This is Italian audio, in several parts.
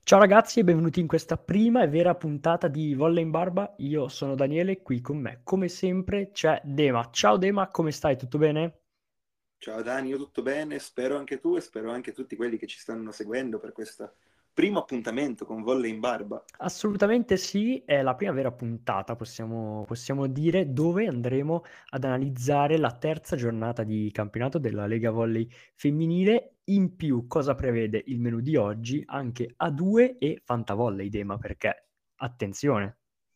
Ciao ragazzi e benvenuti in questa prima e vera puntata di Volley in Barba. Io sono Daniele, qui con me, come sempre, c'è Dema. Ciao Dema, come stai? Tutto bene? Ciao Dani, io tutto bene, spero anche tu e spero anche tutti quelli che ci stanno seguendo per questo primo appuntamento con Volley in Barba. Assolutamente sì, è la prima vera puntata, possiamo dire, dove andremo ad analizzare la terza giornata di campionato della Lega Volley femminile. In più, cosa prevede il menù di oggi? Anche A2 e Fantavolley, Dema, perché, attenzione.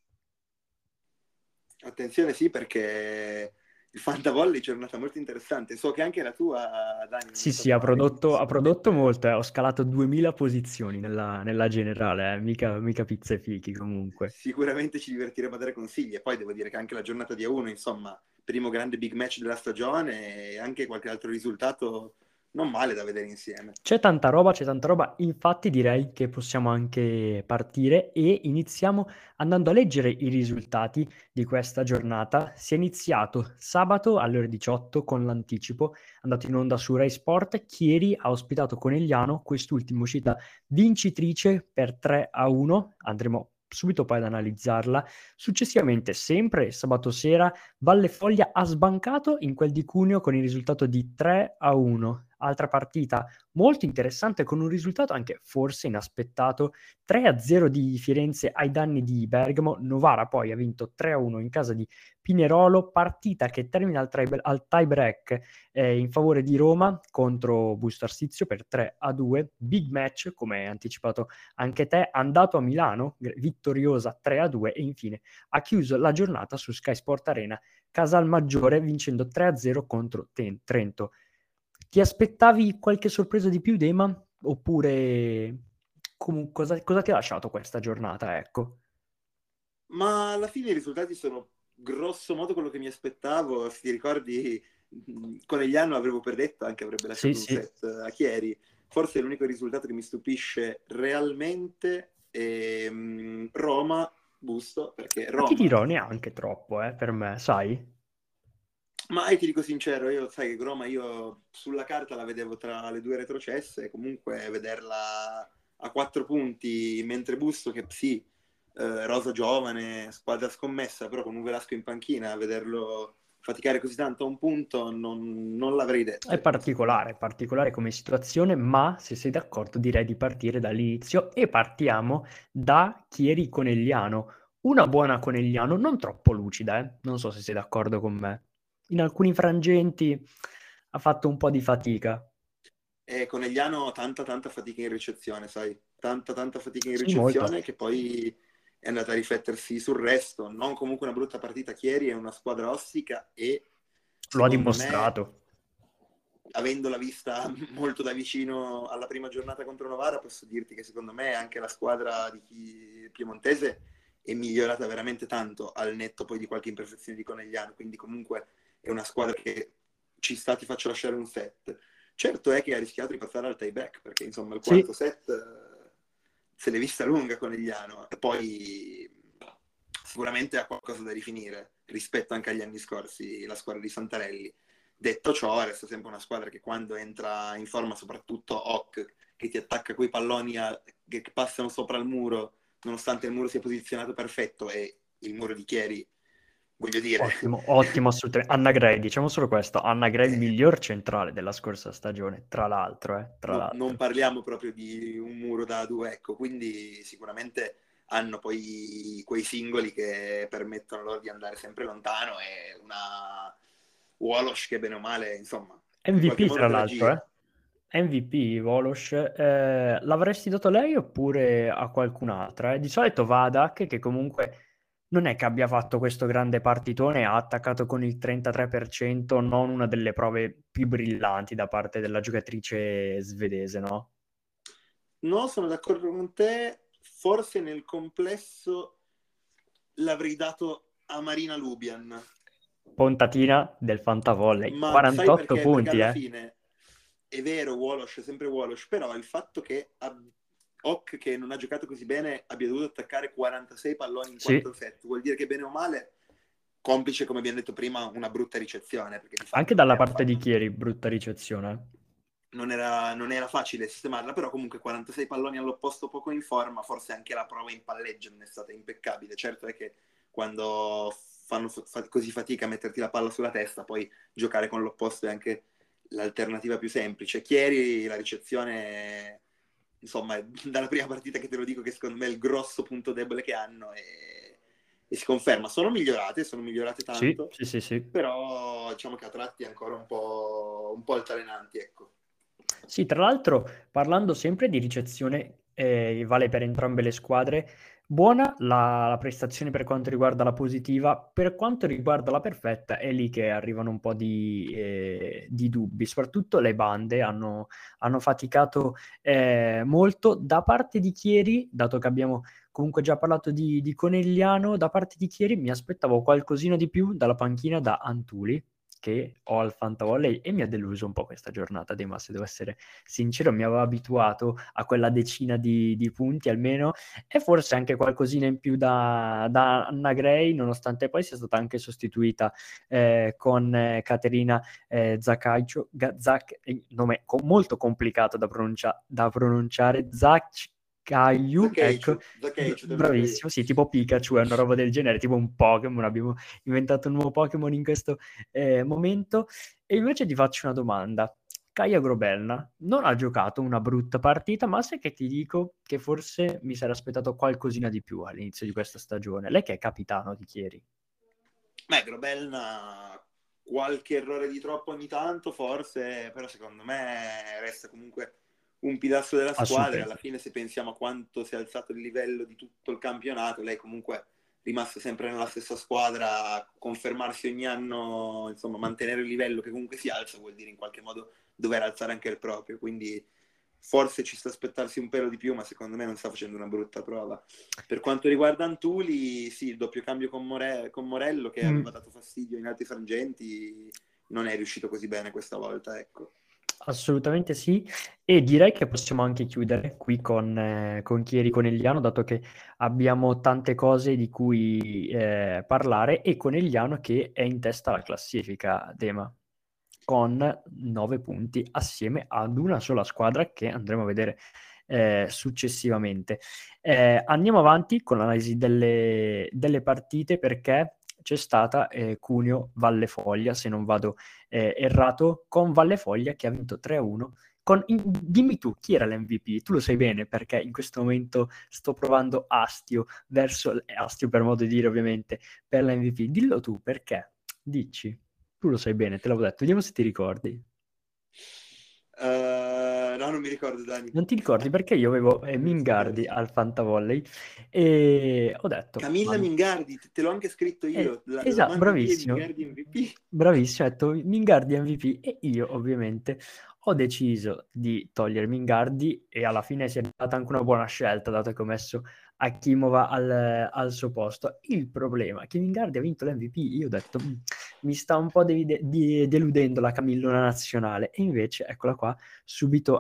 Attenzione sì perché il Fantavolley è giornata molto interessante, so che anche la tua, Dani, non è Sì, sì, stata male, quindi ha sicuramente, prodotto molto, ho scalato 2000 posizioni nella generale, mica pizza e fichi comunque. sicuramente ci divertiremo a dare consigli e poi devo dire che anche la giornata di A1, insomma, primo grande big match della stagione e anche qualche altro risultato non male da vedere insieme. C'è tanta roba, infatti direi che possiamo anche partire e iniziamo andando a leggere i risultati di questa giornata. Si è iniziato sabato alle ore 18 con l'anticipo, andato in onda su Rai Sport. Chieri ha ospitato Conegliano, quest'ultima uscita vincitrice per 3-1. Andremo subito poi ad analizzarla. Successivamente, sempre sabato sera, Valle Foglia ha sbancato in quel di Cuneo con il risultato di 3-1. Altra partita molto interessante con un risultato anche forse inaspettato, 3-0 di Firenze ai danni di Bergamo. Novara poi ha vinto 3-1 in casa di Pinerolo, partita che termina al tie break in favore di Roma contro Busto Arsizio per 3-2. Big match, come hai anticipato anche te, andato a Milano, vittoriosa 3-2 e infine ha chiuso la giornata su Sky Sport Arena Casalmaggiore vincendo 3-0 contro Trento. Ti aspettavi qualche sorpresa di più, Dema? Oppure cosa ti ha lasciato questa giornata, ecco? Ma alla fine i risultati sono grosso modo quello che mi aspettavo. Se ti ricordi, Conegliano avevo predetto anche avrebbe Sì, lasciato un sì. set a Chieri. Forse l'unico risultato che mi stupisce realmente è Roma-Busto, perché Ma ti Roma. dirò neanche troppo, per me, sai? Ma ti dico sincero, io sai che Roma io sulla carta la vedevo tra le due retrocesse, comunque vederla a 4 punti, mentre Busto che sì, rosa giovane, squadra scommessa, però con un Velasco in panchina, vederlo faticare così tanto a un punto non l'avrei detto, ecco, È particolare come situazione, ma se sei d'accordo direi di partire dall'inizio e partiamo da Chieri Conegliano. Una buona Conegliano, non troppo lucida, eh? Non so se sei d'accordo con me. In alcuni frangenti ha fatto un po' di fatica. E Conegliano tanta fatica in ricezione, sai? Tanta fatica in Sì, molto. ricezione che poi è andata a riflettersi sul resto. Non comunque una brutta partita. Chieri è una squadra ostica e Lo ha secondo me, dimostrato. avendola vista molto da vicino alla prima giornata contro Novara, posso dirti che secondo me anche la squadra di piemontese è migliorata veramente tanto al netto poi di qualche imperfezione di Conegliano. Quindi comunque è una squadra che ci sta, ti faccio lasciare un set. Certo è che ha rischiato di passare al tie break perché insomma il quarto Sì, set se l'è vista lunga Conegliano e poi sicuramente ha qualcosa da rifinire rispetto anche agli anni scorsi la squadra di Santarelli. Detto ciò, resta sempre una squadra che quando entra in forma, soprattutto Ock, che ti attacca quei palloni che passano sopra il muro, nonostante il muro sia posizionato perfetto e il muro di Chieri, voglio dire, ottimo, ottimo assolutamente. Anna Gray, diciamo solo questo. Anna Gray, il eh, miglior centrale della scorsa stagione, tra non l'altro. parliamo proprio di un muro da due, ecco, quindi sicuramente hanno poi quei singoli che permettono loro di andare sempre lontano e una Wolosh che bene o male, insomma, in qualche MVP modo tra te la l'altro, gira. eh? MVP Volosh, l'avresti dato a lei oppure a qualcun'altra? Di solito va ad Hack che comunque non è che abbia fatto questo grande partitone, ha attaccato con il 33%, non una delle prove più brillanti da parte della giocatrice svedese, no? No, sono d'accordo con te, forse nel complesso l'avrei dato a Marina Lubian, Pontatina del Fantavolley, ma sai 48 perché? Perché punti, alla eh? fine è vero, Wolosh è sempre Wolosh, però il fatto che Ock, che non ha giocato così bene, abbia dovuto attaccare 46 palloni in Sì, 4 set, vuol dire che bene o male, complice, come abbiamo detto prima, una brutta ricezione, perché di anche fatto non dalla è un parte di fatto. Chieri, brutta ricezione. non era facile sistemarla, però comunque 46 palloni all'opposto poco in forma, forse anche la prova in palleggio non è stata impeccabile. Certo è che quando fanno così fatica a metterti la palla sulla testa, poi giocare con l'opposto è anche l'alternativa più semplice. Chieri, la ricezione, insomma, dalla prima partita che te lo dico, che secondo me è il grosso punto debole che hanno, e si conferma. Sono migliorate Sì, tanto, sì, sì, sì. però diciamo che a tratti ancora un po' altalenanti, ecco. Sì, tra l'altro, parlando sempre di ricezione, vale per entrambe le squadre, buona la prestazione per quanto riguarda la positiva, per quanto riguarda la perfetta è lì che arrivano un po' di dubbi, soprattutto le bande hanno faticato molto da parte di Chieri, dato che abbiamo comunque già parlato di Conegliano, da parte di Chieri mi aspettavo qualcosina di più dalla panchina da Antuli, che ho al Fantavolley e mi ha deluso un po' questa giornata dei se devo essere sincero, mi aveva abituato a quella decina di punti almeno e forse anche qualcosina in più da Anna Gray, nonostante poi sia stata anche sostituita con Caterina Zaccaicio, nome molto complicato da pronunciare, ecco, Zakeichu devo dire io. bravissimo, sì, tipo Pikachu, è una roba del genere, tipo un Pokémon, abbiamo inventato un nuovo Pokémon in questo momento. E invece ti faccio una domanda. Kaia Grobelna non ha giocato una brutta partita, ma sai che ti dico che forse mi sarei aspettato qualcosina di più all'inizio di questa stagione. Lei che è capitano di Chieri. Beh, Grobelna qualche errore di troppo ogni tanto, forse, però secondo me resta comunque un pilastro della squadra. Alla Assolutamente. fine, se pensiamo a quanto si è alzato il livello di tutto il campionato, lei comunque è rimasta sempre nella stessa squadra, confermarsi ogni anno, insomma, mantenere il livello che comunque si alza vuol dire in qualche modo dover alzare anche il proprio, quindi forse ci sta aspettarsi un pelo di più, ma secondo me non sta facendo una brutta prova. Per quanto riguarda Antuli, sì, il doppio cambio con Morello, che aveva dato fastidio in altri frangenti, non è riuscito così bene questa volta, ecco. Assolutamente sì, e direi che possiamo anche chiudere qui con Chieri Conegliano, dato che abbiamo tante cose di cui parlare, e Conegliano che è in testa alla classifica, Dema, con 9 punti assieme ad una sola squadra che andremo a vedere successivamente. Andiamo avanti con l'analisi delle partite perché c'è stata Cuneo Valle Foglia, se non vado errato, con Valle Foglia che ha vinto 3-1. Dimmi tu, chi era l'MVP? Tu lo sai bene perché in questo momento sto provando astio verso astio per modo di dire ovviamente per l'MVP. Dillo tu perché? Dici. Tu lo sai bene, te l'avevo detto. Vediamo se ti ricordi. No, non mi ricordo, Dani. Non ti ricordi perché io avevo Mi sto Mingardi perdendo. al Fantavolley e ho detto, Camilla Mingardi, te l'ho anche scritto io, la esatto, mando via bravissimo, Mingardi MVP. bravissimo, ho detto Mingardi MVP e io ovviamente ho deciso di togliere Mingardi e alla fine si è data anche una buona scelta dato che ho messo Akimova al suo posto. Il problema è che Mingardi ha vinto l'MVP, io ho detto mi sta un po' deludendo la Camillona nazionale e invece eccola qua subito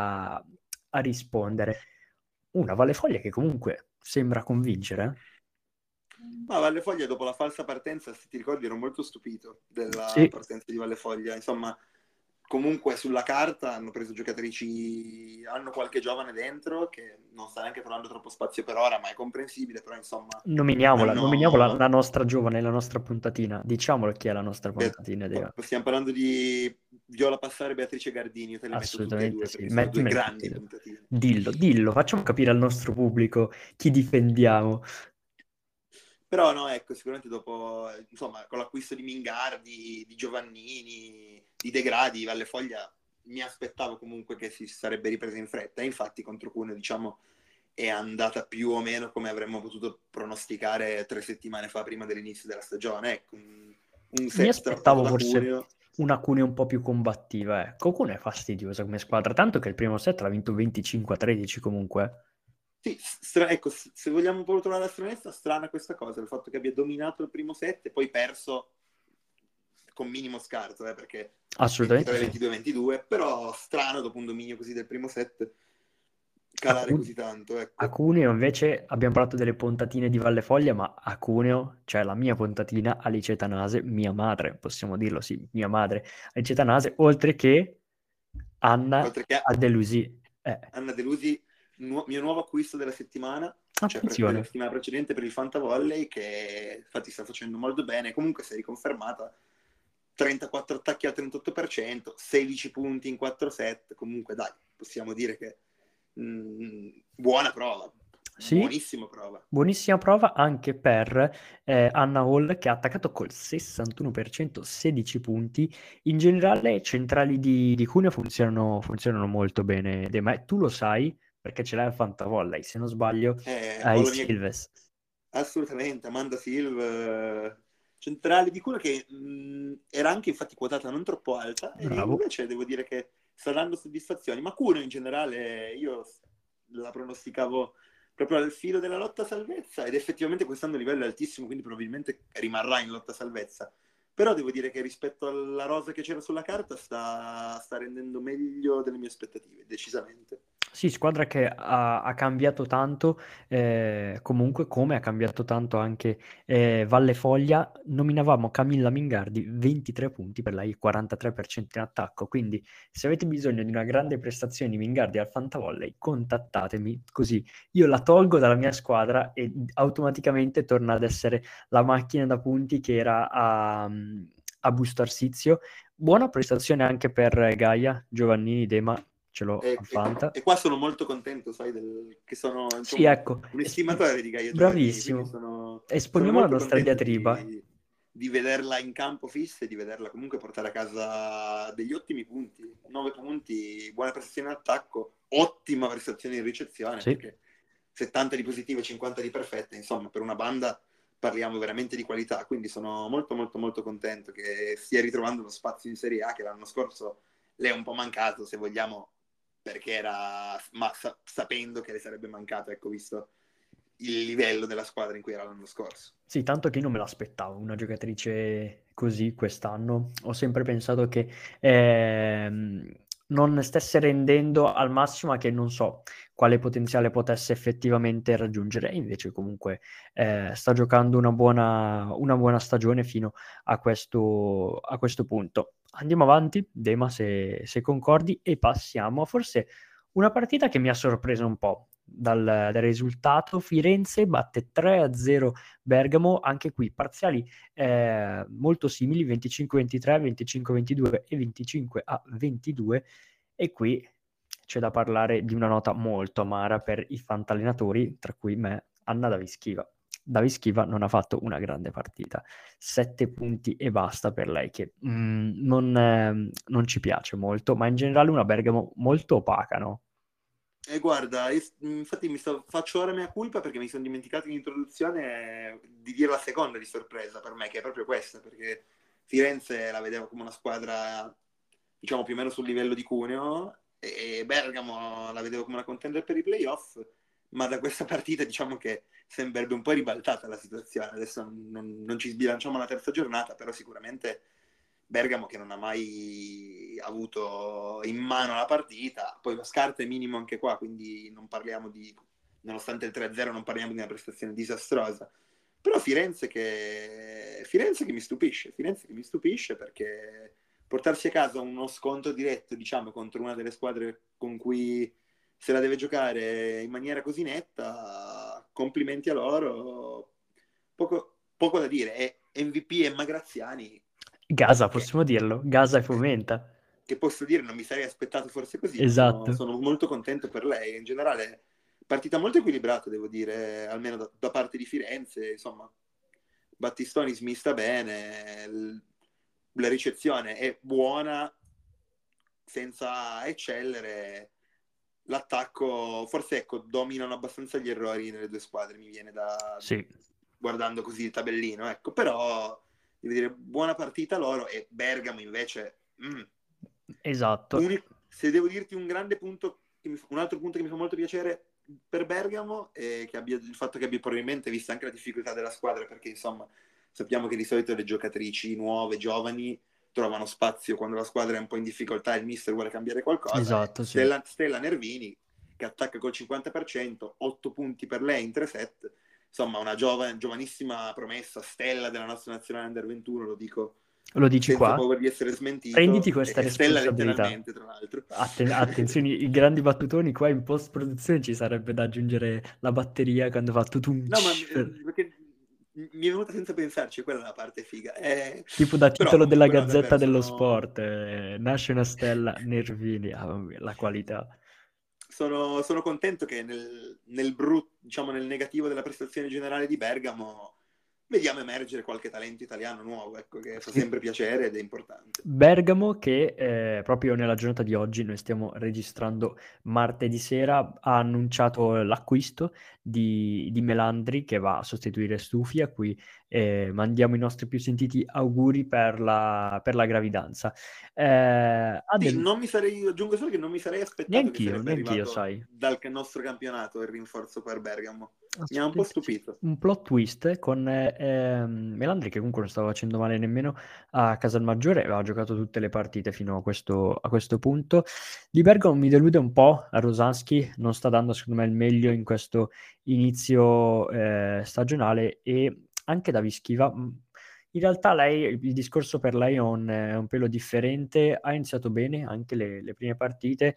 a rispondere. Una Valle Foglia che comunque sembra convincere. Ma Valle Foglia dopo la falsa partenza, se ti ricordi, ero molto stupito della Sì, partenza di Valle Foglia. Insomma, comunque sulla carta hanno preso giocatrici, hanno qualche giovane dentro che non sta neanche trovando troppo spazio per ora, ma è comprensibile, però insomma nominiamola hanno... la nostra giovane, la nostra puntatina. Diciamolo chi è la nostra puntatina. Stiamo parlando di Viola Passare e Beatrice Gardini, io te le metto tutte e Assolutamente due sì, perché sono due mettimeli tutti grandi e due. puntatine. Dillo, facciamo capire al nostro pubblico chi difendiamo. Però no, ecco, sicuramente dopo, insomma, con l'acquisto di Mingardi, di Giovannini, di De Gradi, Valle Foglia, mi aspettavo comunque che si sarebbe ripresa in fretta. E infatti contro Cuneo, diciamo, è andata più o meno come avremmo potuto pronosticare 3 settimane fa, prima dell'inizio della stagione. Ecco, un Mi set strappato aspettavo da forse Cuneo. una Cuneo un po' più combattiva, ecco. Cuneo è fastidiosa come squadra, tanto che il primo set l'ha vinto 25-13 comunque. Sì, ecco, se vogliamo un po' trovare la stranezza, strana questa cosa, il fatto che abbia dominato il primo set e poi perso con minimo scarto, perché Assolutamente sì. 23-22-22, però strano dopo un dominio così del primo set A, calare Cu- così tanto, a ecco. Cuneo invece abbiamo parlato delle puntatine di Valle Foglia, ma a Cuneo c'è la mia puntatina Alice Tanase, mia madre, possiamo dirlo, sì, mia madre Alice Tanase, oltre che Anna oltre che Adelusi. Anna Delusi, mio nuovo acquisto della settimana, cioè della Attenzione. settimana precedente per il Fantavolley, che infatti sta facendo molto bene, comunque si è riconfermata, 34 attacchi al 38%, 16 punti in 4 set, comunque dai, possiamo dire che buona prova, Sì, buonissima prova. buonissima prova anche per Anna Hall che ha attaccato col 61%, 16 punti. In generale, centrali di Cuneo funzionano molto bene, ma tu lo sai perché ce l'hai al Fantavolley, se non sbaglio, Ho ai la mia... Silves. Assolutamente, Amanda Silva, centrale di cura che era anche infatti quotata non troppo alta e Bravo. invece devo dire che sta dando soddisfazioni, ma Cuneo in generale io la pronosticavo proprio al filo della lotta salvezza ed effettivamente quest'anno il livello è altissimo, quindi probabilmente rimarrà in lotta salvezza. Però devo dire che rispetto alla rosa che c'era sulla carta sta rendendo meglio delle mie aspettative, decisamente. Sì, squadra che ha cambiato tanto, comunque come ha cambiato tanto anche Valle Foglia. Nominavamo Camilla Mingardi, 23 punti per lei, 43% in attacco, quindi se avete bisogno di una grande prestazione di Mingardi al Fantavolley, contattatemi, così io la tolgo dalla mia squadra e automaticamente torna ad essere la macchina da punti che era a Busto Arsizio. Buona prestazione anche per Gaia, Giovannini, Dema, ce l'ho E, al e- Fanta. e qua sono molto contento, sai, che sono Sì, insomma, ecco, un estimatore di Gaia Giovannini, quindi bravissimo. sono Esponiamo la molto nostra contento diatriba. di vederla in campo fissa e di vederla comunque portare a casa degli ottimi punti. 9 punti, buona prestazione in attacco, ottima prestazione in ricezione, Sì, perché 70 di positive e 50 di perfette, insomma, per una banda parliamo veramente di qualità, quindi sono molto molto molto contento che stia ritrovando lo spazio in Serie A che l'anno scorso le è un po' mancato, se vogliamo, perché era, ma sapendo che le sarebbe mancato, ecco, visto il livello della squadra in cui era l'anno scorso. sì, tanto che io non me l'aspettavo, una giocatrice così quest'anno. Ho sempre pensato che non stesse rendendo al massimo, ma che non so quale potenziale potesse effettivamente raggiungere. E invece comunque sta giocando una buona stagione fino a questo punto. Andiamo avanti, Dema, se concordi, e passiamo a forse una partita che mi ha sorpreso un po' dal risultato. Firenze batte 3-0 Bergamo, anche qui parziali molto simili, 25-23, 25-22 e 25-22, e qui c'è da parlare di una nota molto amara per i fantallenatori, tra cui me, Anna Davischiva. Davischiva non ha fatto una grande partita, 7 punti e basta per lei, che non ci piace molto, ma in generale una Bergamo molto opaca, no? E guarda, infatti faccio ora mia colpa perché mi sono dimenticato in introduzione di dire la seconda di sorpresa per me, che è proprio questa, perché Firenze la vedevo come una squadra, diciamo, più o meno sul livello di Cuneo e Bergamo la vedevo come una contender per i playoff, ma da questa partita diciamo che sembrerebbe un po' ribaltata la situazione. Adesso non ci sbilanciamo alla terza giornata, però sicuramente Bergamo che non ha mai avuto in mano la partita, poi lo scarto è minimo anche qua, quindi non parliamo di, nonostante il 3-0 non parliamo di una prestazione disastrosa, però Firenze che mi stupisce perché portarsi a casa uno scontro diretto, diciamo, contro una delle squadre con cui se la deve giocare in maniera così netta, complimenti a loro, poco da dire, e MVP Emma Graziani Gaza, che, possiamo dirlo, Gaza e Fomenta. che posso dire non mi sarei aspettato forse così, ma Esatto. sono molto contento per lei. In generale, partita molto equilibrata, devo dire, almeno da parte di Firenze. Insomma, Battistoni smista bene, la ricezione è buona, senza eccellere. L'attacco, forse ecco, dominano abbastanza gli errori nelle due squadre, mi viene da Sì, guardando così il tabellino, ecco, però devo dire buona partita loro e Bergamo invece esatto. se devo dirti un grande punto, un altro punto che mi fa molto piacere per Bergamo è che il fatto che abbia probabilmente visto anche la difficoltà della squadra, perché insomma sappiamo che di solito le giocatrici nuove, giovani, trovano spazio quando la squadra è un po' in difficoltà e il mister vuole cambiare qualcosa. E Esatto, sì. Stella Nervini, che attacca col 50%, 8 punti per lei in 3 set, insomma una giovanissima promessa, stella della nostra nazionale under 21, lo dico Lo dici senza qua? paura di essere Prenditi smentito, questa e stella responsabilità. letteralmente, tra l'altro. Attenzione, i grandi battutoni qua in post-produzione ci sarebbe da aggiungere la batteria quando fa tutum No, ma perché mi è venuta senza pensarci, quella è la parte figa. tipo da Però titolo della comunque no, Gazzetta davvero, dello Sport, nasce una stella, Nervini, vabbè, la qualità. sono contento che nel brutto, diciamo nel negativo della prestazione generale di Bergamo, vediamo emergere qualche talento italiano nuovo, ecco, che fa Sì. sempre piacere ed è importante. Bergamo che proprio nella giornata di oggi, noi stiamo registrando martedì sera, ha annunciato l'acquisto di Melandri che va a sostituire Stufi, a cui mandiamo i nostri più sentiti auguri per la gravidanza. Sì, non mi sarei, aggiungo solo che non mi sarei aspettato che sarebbe Neanch'io, arrivato sai. dal nostro campionato il rinforzo per Bergamo. Mi ha un po' Assolutamente sì. stupito. Un plot twist con Melandri che comunque non stava facendo male nemmeno a Casalmaggiore, aveva giocato tutte le partite fino a questo punto. Di Bergamo mi delude un po', a Rosanski non sta dando secondo me il meglio in questo inizio stagionale, e anche da Vischiva. In realtà lei, il discorso per lei è un pelo differente, ha iniziato bene anche le prime partite.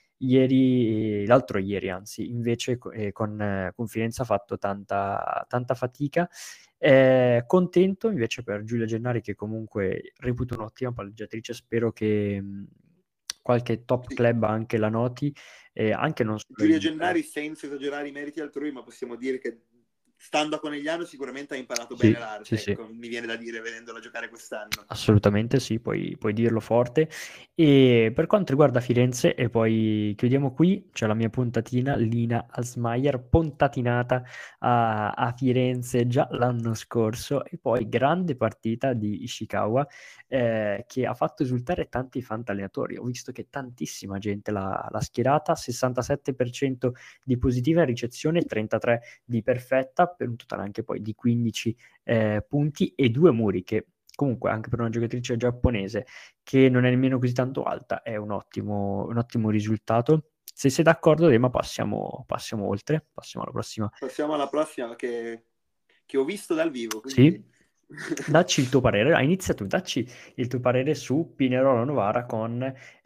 L'altro ieri, anzi, invece con Firenze ha fatto tanta fatica. Contento invece per Giulia Gennari, che comunque reputo un'ottima palleggiatrice. Spero che qualche top Sì. club anche la noti, anche non solo Giulia l'Inter. Gennari, senza esagerare i meriti altrui, ma possiamo dire che stando a Conegliano sicuramente ha imparato bene Sì, sì, l'arte, sì. ecco, mi viene da dire vedendola giocare quest'anno. Assolutamente sì, puoi dirlo forte. E per quanto riguarda Firenze, e poi chiudiamo qui, c'è la mia puntatina, Lina Alsmaier, pontatinata a Firenze già l'anno scorso, e poi grande partita di Ishikawa, che ha fatto esultare tanti fantallenatori. Ho visto che tantissima gente l'ha schierata, 67% di positiva ricezione, 33% di perfetta, per un totale anche poi di 15 punti e 2 muri, che comunque anche per una giocatrice giapponese che non è nemmeno così tanto alta è un ottimo risultato. Se sei d'accordo, Dema, passiamo oltre, passiamo alla prossima. Passiamo alla prossima che ho visto dal vivo, quindi Sì, dacci il tuo parere, inizia tu, dacci il tuo parere su Pinerolo Novara con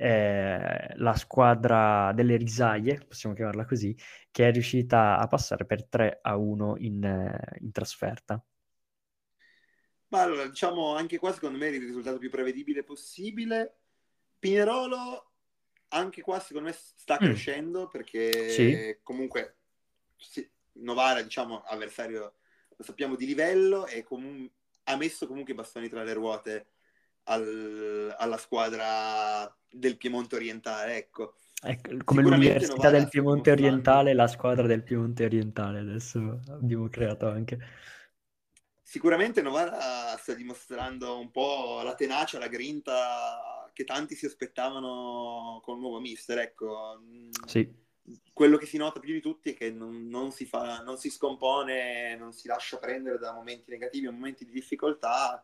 la squadra delle risaie, possiamo chiamarla così, che è riuscita a passare per 3-1 in trasferta. ma allora, diciamo anche qua secondo me il risultato più prevedibile possibile. Pinerolo anche qua secondo me sta crescendo Sì, perché comunque Novara, diciamo, avversario lo sappiamo di livello e ha messo comunque i bastoni tra le ruote alla squadra del Piemonte orientale, ecco. come Sicuramente l'Università Novara del sta Piemonte Orientale, dimostrando la squadra del Piemonte Orientale, adesso abbiamo creato anche. Sicuramente Novara sta dimostrando un po' la tenacia, la grinta che tanti si aspettavano con il nuovo mister. Ecco, Sì, quello che si nota più di tutti è che non si scompone, non si lascia prendere da momenti negativi o momenti di difficoltà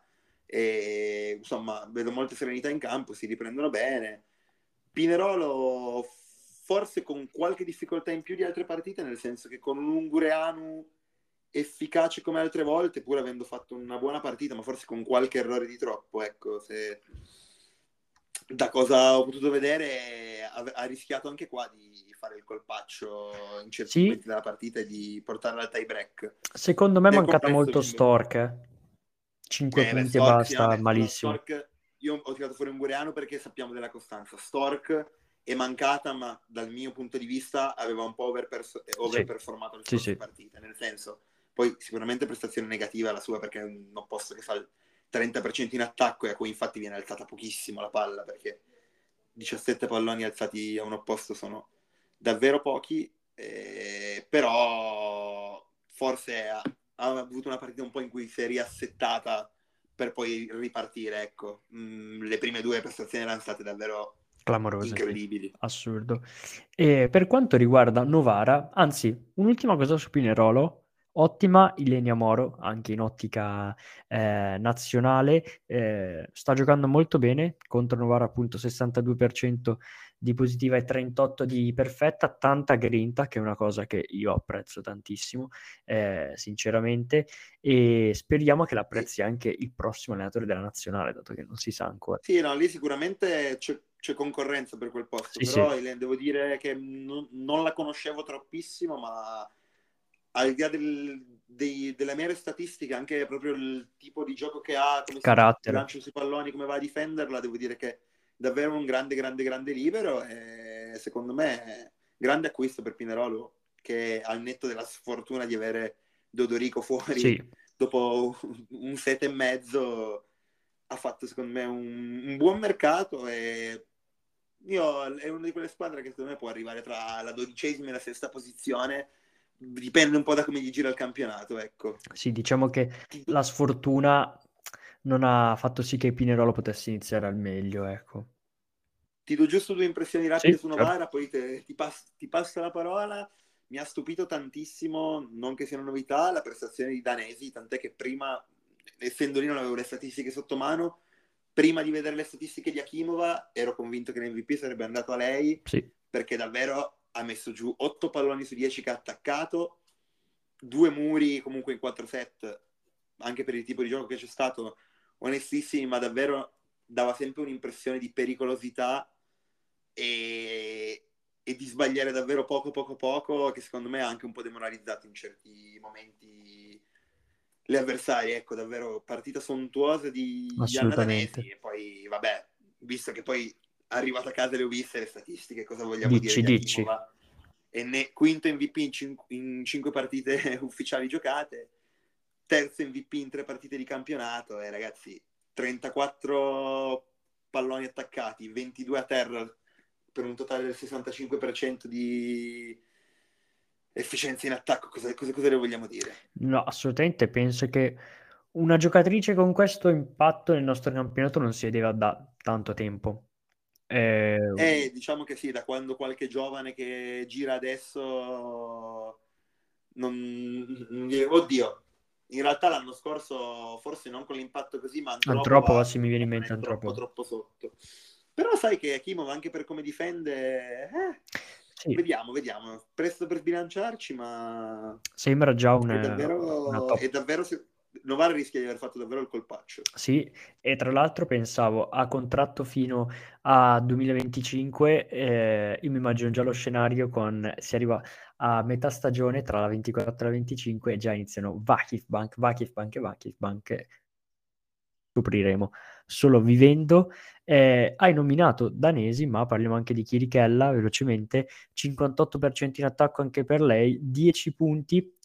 e insomma vedo molta serenità in campo, si riprendono bene. Pinerolo forse con qualche difficoltà in più di altre partite, nel senso che con un Ungureanu efficace come altre volte, pur avendo fatto una buona partita, ma forse con qualche errore di troppo. Ecco, da cosa ho potuto vedere, ha rischiato anche qua di fare il colpaccio in certi sì, momenti della partita e di portarla al tie break. secondo me è Nel mancata complesso, molto Stork. 5 beh, punti e Stork, sì, basta, vabbè, allora malissimo. Stork, io ho tirato fuori un Buriano perché sappiamo della costanza. Stork è mancata, ma dal mio punto di vista aveva un po' Sì, overperformato le sì, scorse sì. partite, nel senso, poi sicuramente prestazione negativa la sua perché è un opposto che fa il 30% in attacco e a cui infatti viene alzata pochissimo la palla perché 17 palloni alzati a un opposto sono davvero pochi, però forse ha avuto una partita un po' in cui si è riassettata per poi ripartire, ecco. Le prime due prestazioni erano state davvero Clamorose, sì, incredibili. assurdo. E per quanto riguarda Novara, anzi, un'ultima cosa su Pinerolo, ottima Ilenia Moro, anche in ottica nazionale, sta giocando molto bene, contro Novara appunto 62% di positiva e 38 di perfetta, tanta grinta, che è una cosa che io apprezzo tantissimo, sinceramente, e speriamo che Sì. l'apprezzi anche il prossimo allenatore della nazionale, dato che non si sa ancora. Sì, no, lì sicuramente c'è concorrenza per quel posto, Sì, sì, però devo dire che non la conoscevo troppissimo, ma al di là delle mere statistiche, anche proprio il tipo di gioco che ha, come si carattere. lancia sui palloni, come va a difenderla, devo dire che è davvero un grande, grande, grande libero e secondo me è grande acquisto per Pinerolo, che al netto della sfortuna di avere Dodorico fuori Sì, dopo un set e mezzo ha fatto secondo me un buon mercato e è una di quelle squadre che secondo me può arrivare tra la 12ª e la 6ª posizione, dipende un po' da come gli gira il campionato, ecco. sì, diciamo che Ti, la sfortuna non ha fatto sì che Pinerolo potesse iniziare al meglio, ecco. ti do giusto 2 impressioni rapide Sì, su certo. Novara, poi ti passo la parola. Mi ha stupito tantissimo, non che sia una novità, la prestazione di Danesi, tant'è che prima, essendo lì non avevo le statistiche sotto mano, prima di vedere le statistiche di Akimova ero convinto che l'MVP sarebbe andato a lei, Sì, perché davvero ha messo giù 8 palloni su 10 che ha attaccato, 2 muri comunque in 4 set, anche per il tipo di gioco che c'è stato, onestissimi, ma davvero dava sempre un'impressione di pericolosità e di sbagliare davvero poco, poco, poco, che secondo me ha anche un po' demoralizzato in certi momenti le avversarie. Ecco, davvero partita sontuosa di Anna assolutamente. Danesi e poi, vabbè, visto che poi arrivata a casa le ho viste le statistiche, cosa vogliamo dire Dici, di dici. Akimova? E quinto MVP in 5 partite ufficiali giocate, terzo MVP in 3 partite di campionato e ragazzi, 34 palloni attaccati, 22 a terra per un totale del 65% di efficienza in attacco, cosa le vogliamo dire? No, assolutamente penso che una giocatrice con questo impatto nel nostro campionato non si vedeva da tanto tempo. Diciamo che sì, da quando qualche giovane che gira adesso oddio, in realtà l'anno scorso forse non con l'impatto così, ma Antropova, Antropova sì, mi viene in secondo me mente è troppo Antropova. troppo sotto. Però sai che Akimov anche per come difende, Sì, vediamo, vediamo, presto per sbilanciarci, ma sembra già una è top. davvero Novara rischia di aver fatto davvero il colpaccio. Sì, e tra l'altro pensavo a contratto fino a 2025, io mi immagino già lo scenario con si arriva a metà stagione tra la 24 e la 25 e già iniziano Vakifbank, Vakifbank e Vakifbank. Scopriremo solo vivendo. Hai nominato danesi, ma parliamo anche di Chirichella velocemente, 58% in attacco anche per lei, 10 punti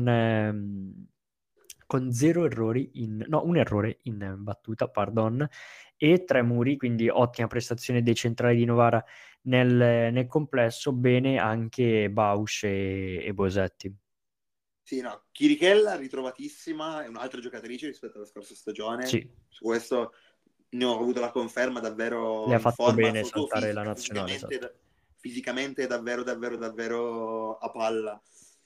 con 0 errori no, un errore in battuta, pardon, e 3 muri, quindi ottima prestazione dei centrali di Novara nel complesso, bene anche Bausch e Bosetti. Sì, no, Chirichella ritrovatissima, è un'altra giocatrice rispetto alla scorsa stagione. Sì, Su questo ne ho avuto la conferma, le davvero ha in fatto forma, bene soprattutto saltare la nazionale, esatto. fisicamente è davvero, davvero, davvero a palla.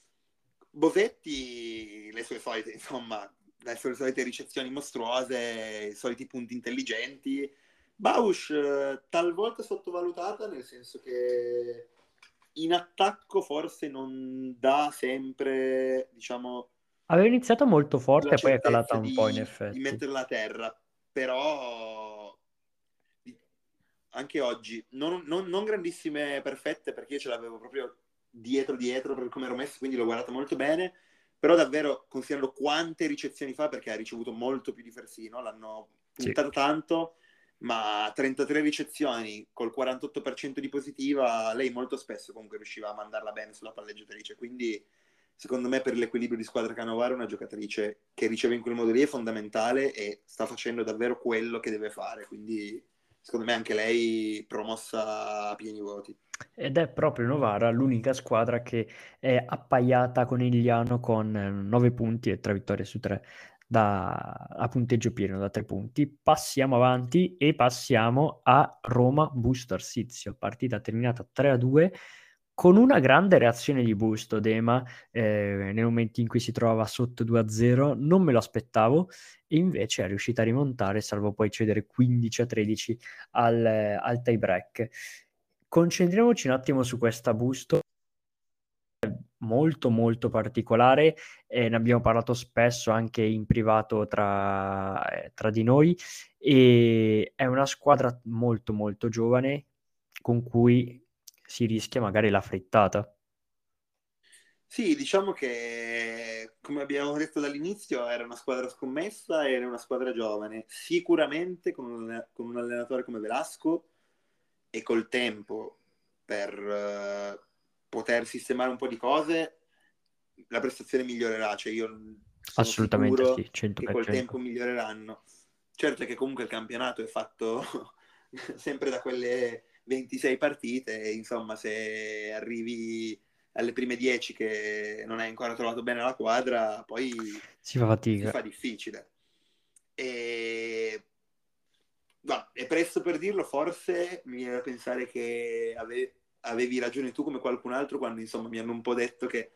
Bosetti, le sue solite, insomma, le sue solite ricezioni mostruose, i soliti punti intelligenti. Bausch, talvolta sottovalutata, nel senso che in attacco forse non dà sempre, diciamo, Aveva iniziato molto la forte e poi è calata certezza un po' in di effetti. metterla a terra, però anche oggi non grandissime perfette perché io ce l'avevo proprio dietro per come ero messo, quindi l'ho guardata molto bene, però davvero considerando quante ricezioni fa, perché ha ricevuto molto più di Fersino, l'hanno Sì. puntata tanto, ma 33 ricezioni col 48% di positiva, lei molto spesso comunque riusciva a mandarla bene sulla palleggiatrice, quindi secondo me per l'equilibrio di squadra Canovara una giocatrice che riceve in quel modo lì è fondamentale e sta facendo davvero quello che deve fare, quindi secondo me anche lei promossa a pieni voti. Ed è proprio Novara l'unica squadra che è appaiata a Conigliano con 9 punti e 3 vittorie su 3 a punteggio pieno da 3 punti. Passiamo avanti e passiamo a Roma Busto Arsizio, partita terminata 3-2 con una grande reazione di Busto Dema nel momento in cui si trovava sotto 2-0, non me lo aspettavo e invece è riuscita a rimontare salvo poi cedere 15-13 al tie break. concentriamoci un attimo su questa Busto, molto molto particolare, ne abbiamo parlato spesso anche in privato tra di noi, è una squadra molto molto giovane con cui si rischia magari la frittata. Sì, diciamo che, come abbiamo detto dall'inizio, era una squadra scommessa, era una squadra giovane. Sicuramente con un allenatore come Velasco e col tempo per poter sistemare un po' di cose, la prestazione migliorerà. Cioè io sono Assolutamente sicuro sì, che col 100%. tempo miglioreranno. Certo è che comunque il campionato è fatto sempre da quelle 26 partite, e insomma se arrivi alle prime 10 che non hai ancora trovato bene la quadra, poi Si fa si fatica. fa difficile. E è presto per dirlo, forse mi viene da pensare che avevi ragione tu come qualcun altro quando insomma mi hanno un po' detto che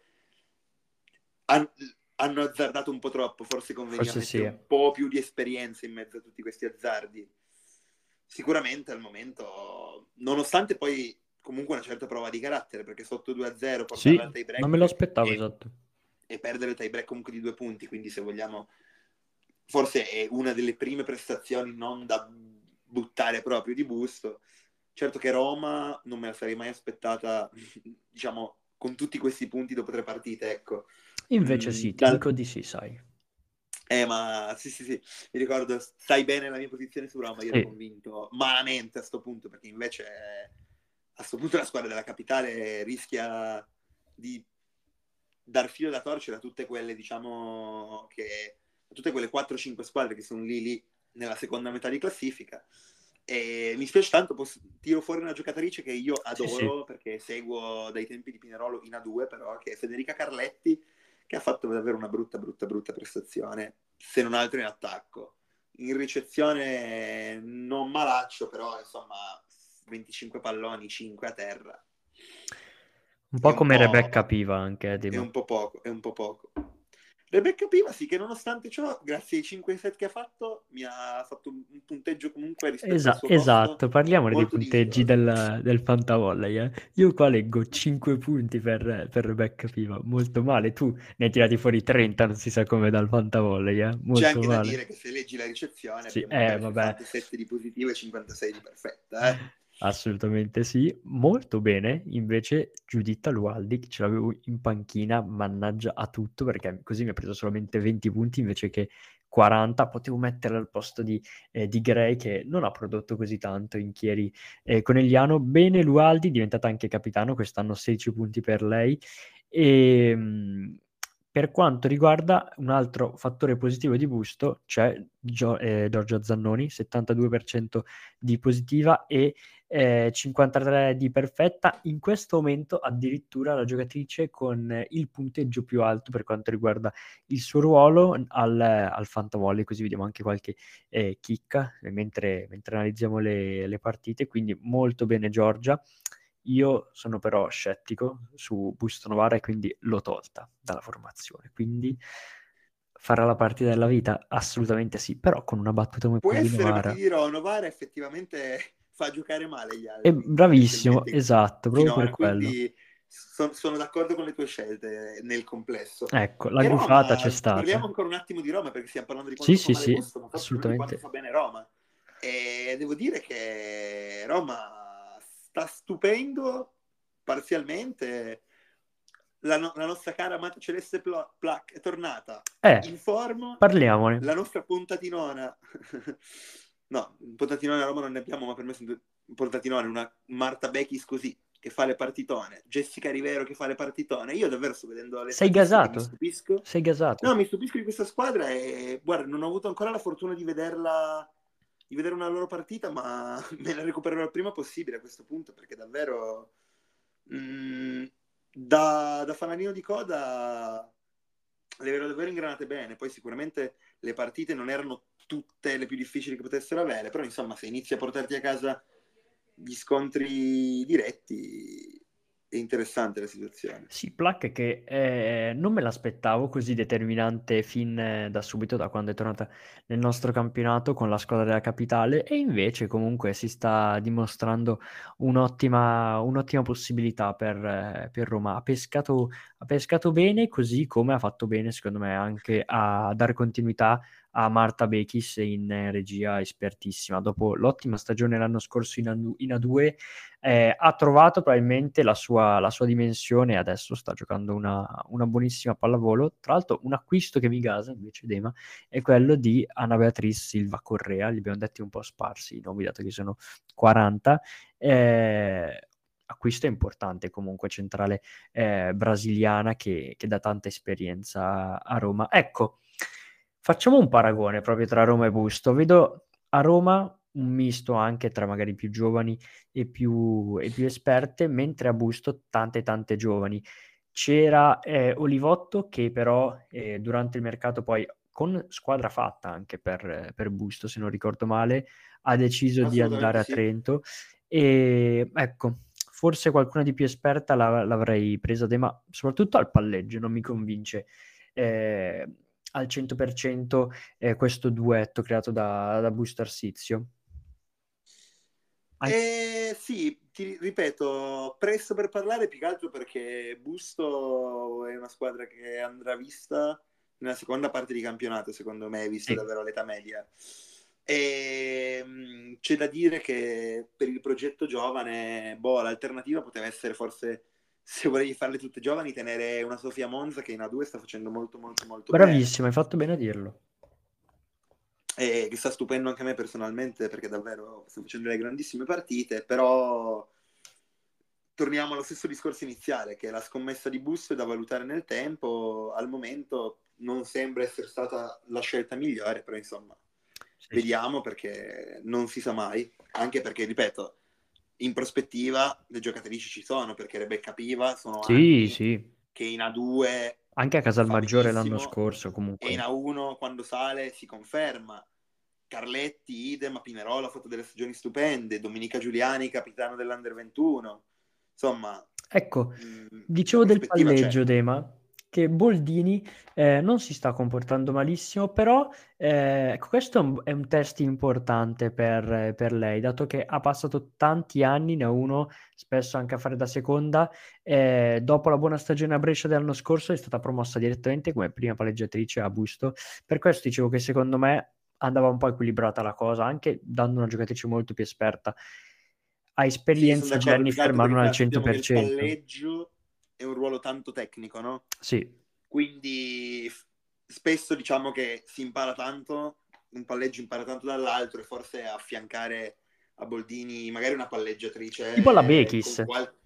han- hanno azzardato un po' troppo, forse conveniva Forse mettere sì. un po' più di esperienza in mezzo a tutti questi azzardi. Sicuramente al momento, nonostante poi comunque una certa prova di carattere, perché sotto 2-0 portarla al Sì, tie non me lo break aspettavo, esatto. e perdere il tie break comunque di 2 punti, quindi se vogliamo, forse è una delle prime prestazioni non da buttare proprio di busto. Certo che Roma non me la sarei mai aspettata, diciamo, con tutti questi punti dopo 3 partite, ecco. Invece sì, ti Dal... dico di sì, sai. Ma sì, sì, sì, mi ricordo, sai bene la mia posizione su Roma, io ero Sì, convinto malamente a sto punto, perché invece a sto punto la squadra della capitale rischia di dar filo da torcere a tutte quelle, diciamo, a tutte quelle 4-5 squadre che sono lì nella seconda metà di classifica. E mi spiace tanto, tiro fuori una giocatrice che io sì, sì. adoro perché seguo dai tempi di Pinerolo in A2, però, che è Federica Carletti, che ha fatto davvero una brutta, brutta, brutta prestazione, se non altro in attacco. In ricezione non malaccio, però insomma 25 palloni, 5 a terra. Un È po' un come Rebecca po', Piva anche, è Dimo. un po' poco, è un po' poco. Rebecca Piva sì che nonostante ciò, grazie ai 5 set che ha fatto, mi ha fatto un punteggio comunque rispetto al suo costo Esatto, parliamone dei molto punteggi dignitoso. del Fantavolley, eh. Io qua leggo 5 punti per Rebecca Piva, molto male. Tu ne hai tirati fuori 30, non si sa come dal Fantavolley, C'è molto anche da male. dire che se leggi la ricezione Sì, abbiamo magari vabbè. 67 di positiva e 56 di perfetta, eh? Assolutamente sì. Molto bene, invece Giuditta Lualdi, che ce l'avevo in panchina, mannaggia a tutto, perché così mi ha preso solamente 20 punti invece che 40. Potevo metterla al posto di Gray, che non ha prodotto così tanto in Chieri Conegliano. Bene Lualdi, diventata anche capitano, quest'anno 16 punti per lei. E, per quanto riguarda un altro fattore positivo di Busto, c'è Giorgia Zannoni, 72% di positiva e 53 di perfetta. In questo momento addirittura la giocatrice con il punteggio più alto per quanto riguarda il suo ruolo al Fantavolley, così vediamo anche qualche chicca mentre analizziamo le partite, quindi molto bene Giorgia. Io sono però scettico su Busto Novara e quindi l'ho tolta dalla formazione, quindi farà la partita della vita? Assolutamente sì, però con una battuta come Può quella di essere, ma ti Novara. dirò, Novara effettivamente fa giocare male gli È altri, bravissimo, tendenzialmente esatto, proprio per finora, quello. quindi sono d'accordo con le tue scelte nel complesso. Ecco, la E gufata c'è Roma, parliamo stata. ancora un attimo di Roma perché stiamo parlando di Sì, quanto fa sì, male sì, Busto, ma forse non di quanto assolutamente. fa bene Roma. E devo dire che Roma sta stupendo parzialmente. La nostra cara amata Celeste Plac è tornata in forma, Parliamone. la nostra puntatinona, no, puntatinone a Roma non ne abbiamo, ma per me sono puntatinone, una Marta Bechis così, che fa le partitone, Jessica Rivero che fa le partitone. Io davvero sto vedendo le Sei statistiche, mi gasato? stupisco. Sei gasato? No, mi stupisco di questa squadra e guarda, non ho avuto ancora la fortuna di vederla, di vedere una loro partita, ma me la recupererò il prima possibile a questo punto, perché davvero mh, da fanalino di coda le vedo davvero ingranate bene. Poi sicuramente le partite non erano tutte le più difficili che potessero avere, però insomma se inizi a portarti a casa gli scontri diretti è interessante la situazione. Sì, Plak che non me l'aspettavo così determinante fin da subito, da quando è tornata nel nostro campionato con la squadra della capitale, e invece comunque si sta dimostrando un'ottima possibilità per Roma. Ha pescato bene, così come ha fatto bene, secondo me, anche a dare continuità a Marta Bekis in regia, espertissima. Dopo l'ottima stagione l'anno scorso in A2, ha trovato probabilmente la sua dimensione e adesso sta giocando una buonissima pallavolo. Tra l'altro un acquisto che mi gasa invece Dema è quello di Ana Beatriz Silva Correa, li abbiamo detti un po' sparsi i nomi dato che sono 40. Acquisto importante comunque, centrale brasiliana che dà tanta esperienza a Roma. Ecco, facciamo un paragone proprio tra Roma e Busto. Vedo a Roma un misto anche tra magari più giovani e più esperte, mentre a Busto tante giovani. C'era Olivotto che però durante il mercato poi con squadra fatta anche per Busto, se non ricordo male, ha deciso di andare Assolutamente a sì. Trento e ecco, forse qualcuna di più esperta l'avrei presa ma soprattutto al palleggio non mi convince eh, al 100% questo duetto creato da Busto Arsizio. Anche Sì, ti ripeto, presto per parlare più che altro perché Busto è una squadra che andrà vista nella seconda parte di campionato, secondo me, visto sì. davvero l'età media. C'è da dire che per il progetto giovane, l'alternativa poteva essere forse, se volevi farle tutte giovani, tenere una Sofia Monza che in A2 sta facendo molto molto molto bene Bravissimo, hai fatto bene a dirlo. e che sta stupendo anche a me personalmente perché davvero sto facendo delle grandissime partite, però torniamo allo stesso discorso iniziale, che la scommessa di Busto è da valutare nel tempo, al momento non sembra essere stata la scelta migliore, però insomma, Sì, sì. vediamo perché non si sa mai, anche perché, ripeto, in prospettiva le giocatrici ci sono, perché Rebecca Piva sono Sì, anni sì. che in A2 Anche a fa Casalmaggiore l'anno benissimo scorso e in comunque. A1 quando sale si conferma. Carletti, idem, Pinerola ha fatto delle stagioni stupende, Domenica Giuliani, capitano dell'Under 21. Insomma, Ecco, la dicevo del prospettiva c'è. palleggio, Dema, che Boldini non si sta comportando malissimo, però ecco, questo è un test importante per lei, dato che ha passato tanti anni, ne ha uno spesso anche a fare da seconda. Dopo la buona stagione a Brescia dell'anno scorso è stata promossa direttamente come prima palleggiatrice a Busto. Per questo dicevo che secondo me andava un po' equilibrata la cosa, anche dando una giocatrice molto più esperta. Ha Sì, sono esperienza d'accordo, più che Jennifer, altro ma non perché al sappiamo che il 100%. palleggio è un ruolo tanto tecnico, no? Sì, Quindi spesso diciamo che si impara tanto, un palleggio impara tanto dall'altro e forse affiancare a Boldini magari una tipo la palleggiatrice con Bekis. qualche...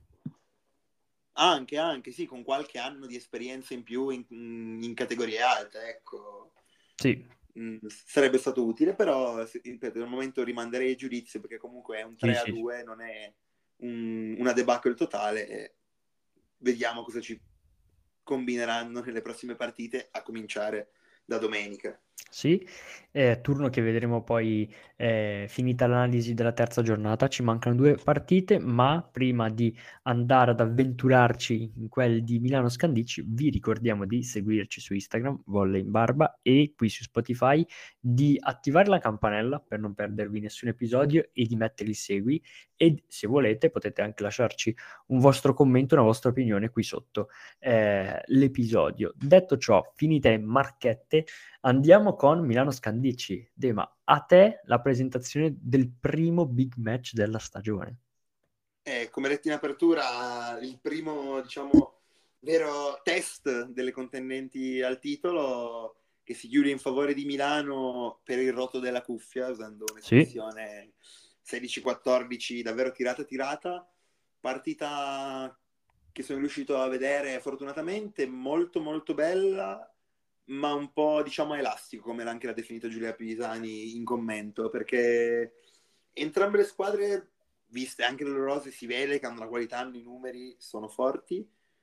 Anche, sì, con qualche anno di esperienza in più in categorie alte, ecco. Sì, Sarebbe stato utile, però ripeto, al momento rimanderei il giudizio perché comunque è un sì, 3 a sì. 2, non è una debacle totale e vediamo cosa ci combineranno nelle prossime partite a cominciare da domenica. Sì, turno che vedremo poi finita l'analisi della terza giornata. Ci mancano due partite, ma prima di andare ad avventurarci in quel di Milano Scandicci, vi ricordiamo di seguirci su Instagram, Volley in Barba, e qui su Spotify, di attivare la campanella per non perdervi nessun episodio e di mettere il segui. E se volete potete anche lasciarci un vostro commento, una vostra opinione qui sotto l'episodio. Detto ciò, finite le marchette. Andiamo con Milano Scandicci. Dema, a te la presentazione del primo big match della stagione. Come detto in apertura, il primo, diciamo, vero test delle contendenti al titolo che si chiude in favore di Milano per il rotto della cuffia, usando Sì, un'espressione 16-14 davvero tirata. Partita che sono riuscito a vedere fortunatamente molto molto bella, ma un po' diciamo elastico, come anche l'ha definito Giulia Pisani in commento, perché entrambe le squadre, viste anche le loro rose, si vede che hanno la qualità, hanno i numeri, sono forti,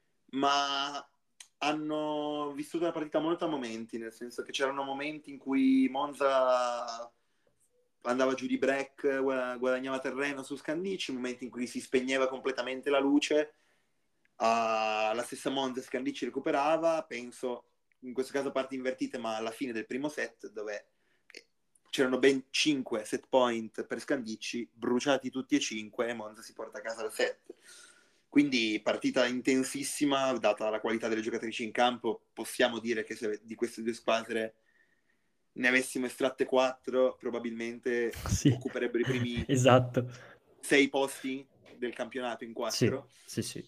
ma hanno vissuto la partita molto a momenti, nel senso che c'erano momenti in cui Monza andava giù di break, guadagnava terreno su Scandicci, momenti in cui si spegneva completamente la luce La stessa Monza Scandicci recuperava, penso, in questo caso parti invertite, ma alla fine del primo set, dove c'erano ben 5 set point per Scandicci, bruciati tutti e 5, e Monza si porta a casa il set. Quindi partita intensissima, data la qualità delle giocatrici in campo. Possiamo dire che se di queste due squadre ne avessimo estratte 4, probabilmente Sì, occuperebbero i primi esatto. 6 posti del campionato in Sì, 4. sì, sì.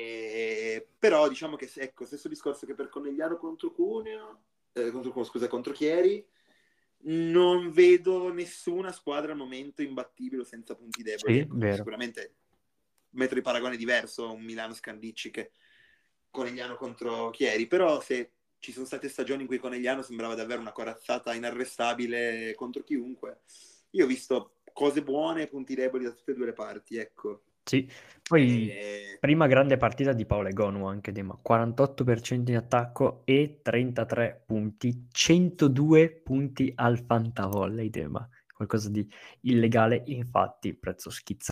Però diciamo che, ecco, stesso discorso che per Conegliano contro Cuneo, contro Chieri, non vedo nessuna squadra al momento imbattibile o senza punti deboli. Sì, Ecco, vero. sicuramente metro di paragone diverso un Milano Scandicci che Conegliano contro Chieri, però se ci sono state stagioni in cui Conegliano sembrava davvero una corazzata inarrestabile contro chiunque, io ho visto cose buone e punti deboli da tutte e due le parti, ecco. Sì, poi E... prima grande partita di Paola Egonu anche Dema, 48% in attacco e 33 punti, 102 punti al Fantavolley Dema, qualcosa di illegale, infatti prezzo schizzato,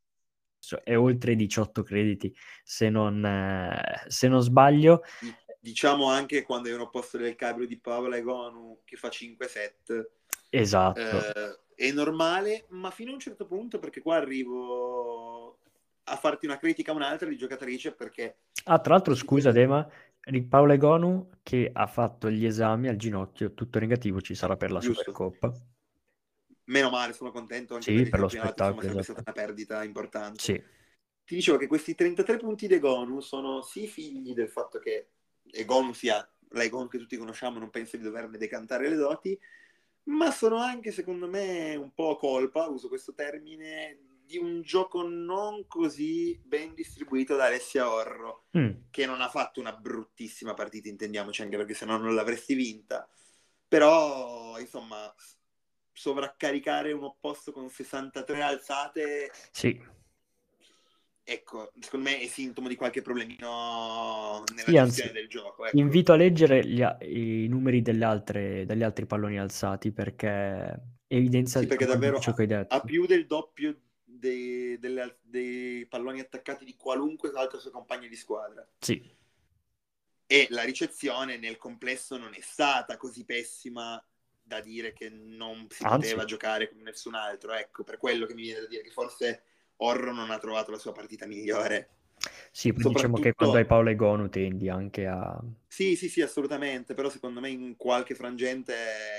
è oltre 18 crediti se non sbaglio. Diciamo anche quando è uno posto del cabrio di Paola Egonu che fa 5 set, Esatto. è normale, ma fino a un certo punto, perché qua arrivo a farti una critica a un'altra di giocatrice, perché Tra l'altro questi scusa 30... Dema, Paola Egonu che ha fatto gli esami al ginocchio, tutto negativo, ci sarà per la Giusto, Supercoppa. meno male, sono contento anche Sì, per il per lo campionato, insomma, spettacolo, sarebbe stata esatto. una perdita importante. Sì, Ti dicevo che questi 33 punti di Egonu sono sì figli del fatto che Egonu sia la Egonu che tutti conosciamo, non penso di doverne decantare le doti, ma sono anche, secondo me, un po' colpa, uso questo termine, di un gioco non così ben distribuito da Alessia Orro, che non ha fatto una bruttissima partita, intendiamoci, anche perché se no non l'avresti vinta. Però, insomma, sovraccaricare un opposto con 63 alzate, sì. ecco, secondo me è sintomo di qualche problemino nella Sì, gestione anzi, del gioco, ecco. invito a leggere i numeri degli altri palloni alzati perché evidenzia Sì, perché totalmente davvero ciò che hai ha detto. più del doppio dei palloni attaccati di qualunque altro suo compagno di squadra. Sì, E la ricezione nel complesso non è stata così pessima da dire che non si anzi, poteva giocare con nessun altro. Ecco, per quello che mi viene da dire che forse Orro non ha trovato la sua partita migliore. sì, poi diciamo che quando hai Soprattutto, Paolo Egonu tendi anche a... sì, assolutamente, però secondo me in qualche frangente,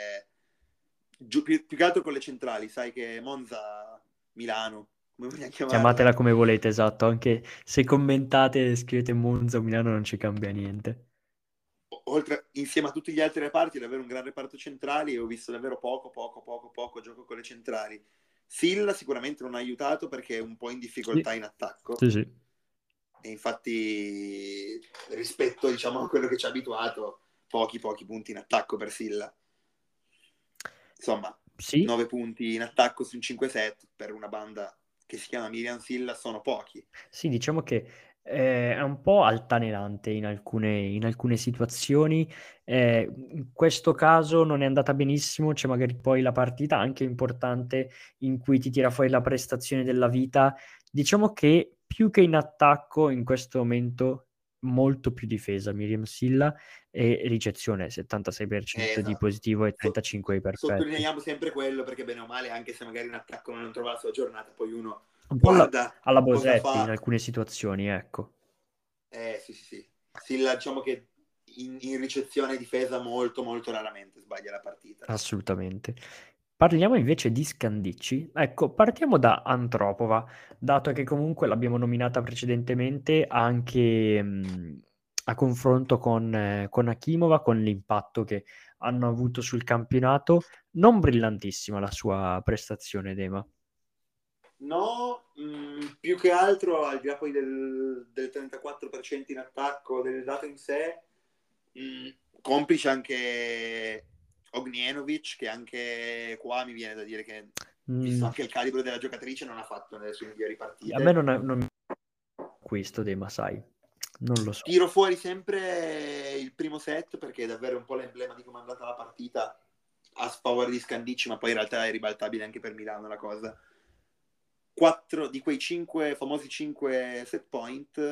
più che altro con le centrali, sai che Monza, Milano, come vogliamo Chiamatela chiamarla, come volete, esatto, anche se commentate e scrivete Monza o Milano non ci cambia niente. oltre, insieme a tutti gli altri reparti, è davvero un gran reparto centrali e ho visto davvero poco gioco con le centrali. Silla sicuramente non ha aiutato perché è un po' in Sì, difficoltà in attacco sì, sì. e infatti rispetto, diciamo, a quello che ci ha abituato, pochi punti in attacco per Silla. Insomma, Sì, 9 punti in attacco su un 5 set per una banda che si chiama Miriam Silla sono pochi. sì, diciamo che è un po' altalenante in alcune situazioni. In questo caso non è andata benissimo, c'è magari poi la partita anche importante in cui ti tira fuori la prestazione della vita. Diciamo che più che in attacco in questo momento molto più difesa Miriam Silla e ricezione 76% di Esatto. positivo e 35 di perfetti. Sottolineiamo sempre quello perché bene o male, anche se magari in attacco non trova la sua giornata, poi uno Un po' guarda alla cosa Bosetti in fa. alcune situazioni, ecco. Sì. Silla, diciamo che in ricezione e difesa molto raramente sbaglia la partita. Assolutamente. Parliamo invece di Scandicci. Ecco, partiamo da Antropova, dato che comunque l'abbiamo nominata precedentemente anche a confronto con Akimova, con l'impatto che hanno avuto sul campionato. Non brillantissima la sua prestazione, Dema. No, più che altro al di là poi del 34% in attacco del dato in sé, mh, complice anche Ognienovic, che anche qua mi viene da dire che, visto Mm, anche il calibro della giocatrice, non ha fatto nelle sue migliori a me partite. non questo, Dema, sai, non lo so. Tiro fuori sempre il primo set perché è davvero un po' l'emblema di come è andata la partita a sfavore di Scandicci, ma poi in realtà è ribaltabile anche per Milano la cosa. 4 di quei 5 famosi 5 set point,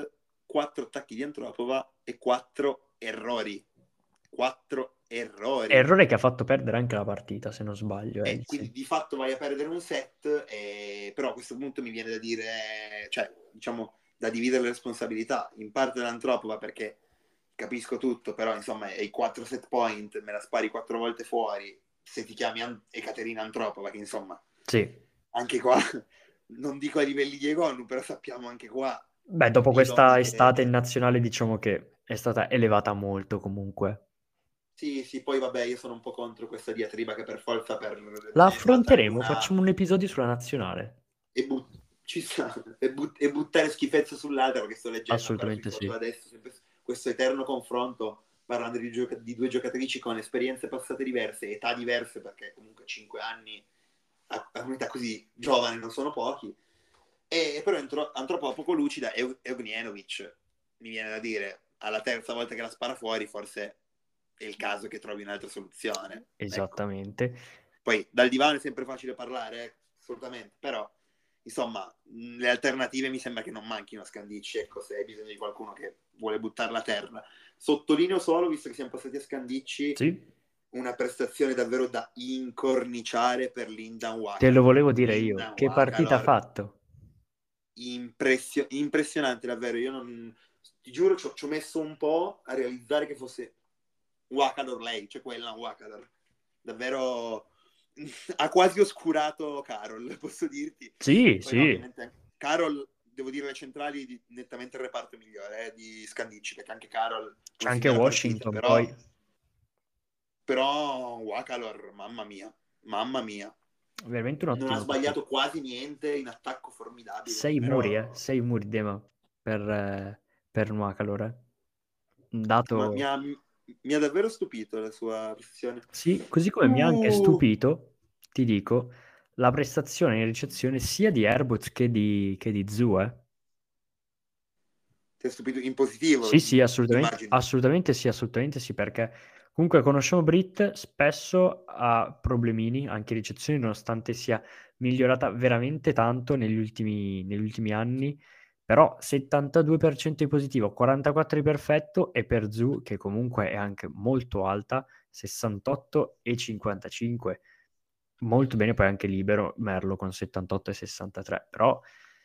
4 attacchi di Antropova e 4 errori. 4 errori. Errore che ha fatto perdere anche la partita, se non sbaglio. E Sì. quindi di fatto vai a perdere un set, però a questo punto mi viene da dire, cioè, diciamo, da dividere le responsabilità. In parte dall'Antropova, perché capisco tutto, però insomma, hai 4 set point, me la spari 4 volte fuori, se ti chiami Ekaterina Antropova, che insomma, Sì. anche qua, non dico a livelli di Egonu, però sappiamo anche qua, Beh, dopo le doti questa che... estate in nazionale diciamo che è stata elevata molto comunque. Sì, sì, poi vabbè, io sono un po' contro questa diatriba che per forza La è fatta anche affronteremo, una... facciamo un episodio sulla nazionale. Ci sta, e buttare schifezze sull'altra, perché sto leggendo ancora sui Assolutamente sì. social adesso sempre questo eterno confronto parlando di due giocatrici con esperienze passate diverse, età diverse, perché comunque 5 anni a un'età così giovane non sono pochi, e però Antropova poco lucida. Eugnienovic, mi viene da dire, alla terza volta che la spara fuori forse è il caso che trovi un'altra soluzione. Ecco. Esattamente. Poi dal divano è sempre facile parlare, assolutamente, però insomma le alternative mi sembra che non manchino a Scandicci, ecco, se hai bisogno di qualcuno che vuole buttarla a terra. Sottolineo solo, visto che siamo passati a Scandicci, Sì, una prestazione davvero da incorniciare per Lindan te lo Wakalor. volevo dire io. Lindan Che partita ha Wakalor, fatto? impressionante davvero. Io non, ti giuro, ci ho messo un po' a realizzare che fosse Wakalor lei, cioè quella Wakalor. Davvero ha quasi oscurato Carol, posso dirti. Sì, Poi no, sì. ovviamente Carol, devo dire le centrali nettamente il reparto migliore di Scandicci, perché anche Carol C'è non si anche vede la partita, Washington poi. però Wakalor, mamma mia, mamma mia. Veramente Non ha un'ottima partita. sbagliato quasi niente, in attacco formidabile, 6 muri, davvero. 6 muri Dema per Nuakalor. Un Ma dato... mi ha davvero stupito la sua prestazione. Sì, così come mi ha anche stupito, ti dico, la prestazione in ricezione sia di Herbuts che di Zhu. Ti ha stupito in positivo, Sì, sì, assolutamente, immagino. assolutamente sì, perché comunque conosciamo Brit, spesso ha problemini anche in ricezione, nonostante sia migliorata veramente tanto negli ultimi anni, però 72% di positivo, 44% di perfetto, e per Zhu, che comunque è anche molto alta, 68 e 55. Molto bene poi anche libero Merlo con 78 e 63, però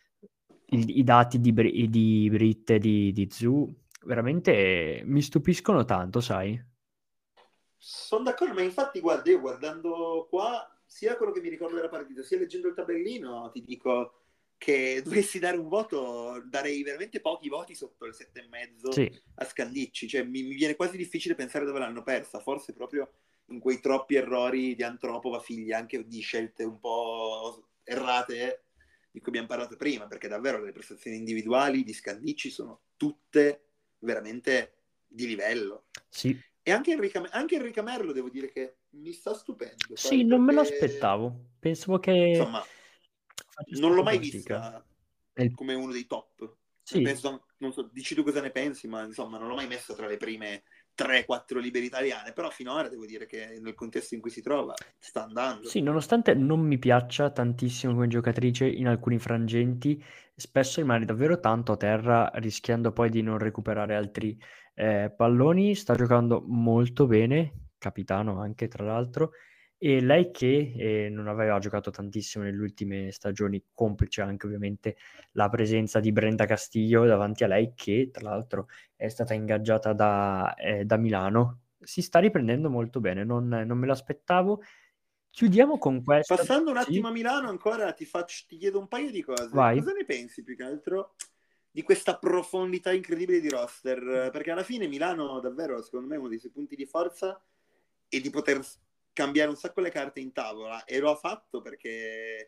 i dati di Brit e di Zhu veramente mi stupiscono tanto, sai? Sono d'accordo, ma infatti guarda, io guardando qua, sia quello che mi ricordo della partita, sia leggendo il tabellino, ti dico che dovessi dare un voto, darei veramente pochi voti sotto il 7,5 Sì, a Scandicci. Cioè mi viene quasi difficile pensare dove l'hanno persa, forse proprio in quei troppi errori di Antropova, figlia anche di scelte un po' errate di cui abbiamo parlato prima, perché davvero le prestazioni individuali di Scandicci sono tutte veramente di livello. sì, E anche Enrica Merlo devo dire che mi sta stupendo, sì, sai, non me lo perché aspettavo. Pensavo che insomma facesse non l'ho più mai fatica. vista Nel- come uno dei top. Sì, Penso, non so, dici tu cosa ne pensi, ma insomma non l'ho mai messa tra le prime 3-4 libere italiane, però finora devo dire che nel contesto in cui si trova sta andando. sì, nonostante non mi piaccia tantissimo come giocatrice in alcuni frangenti, spesso rimane davvero tanto a terra, rischiando poi di non recuperare altri palloni. Sta giocando molto bene, capitano anche tra l'altro, e lei che non aveva giocato tantissimo nelle ultime stagioni, complice anche ovviamente la presenza di Brenda Castillo davanti a lei, che tra l'altro è stata ingaggiata da Milano. Si sta riprendendo molto bene, non me l'aspettavo. Chiudiamo con questa. Passando un Sì, attimo a Milano ancora ti chiedo un paio di cose. vai. Cosa ne pensi più che altro di questa profondità incredibile di roster? Perché alla fine Milano davvero, secondo me, è uno dei suoi punti di forza e di poter cambiare un sacco le carte in tavola. E lo ha fatto perché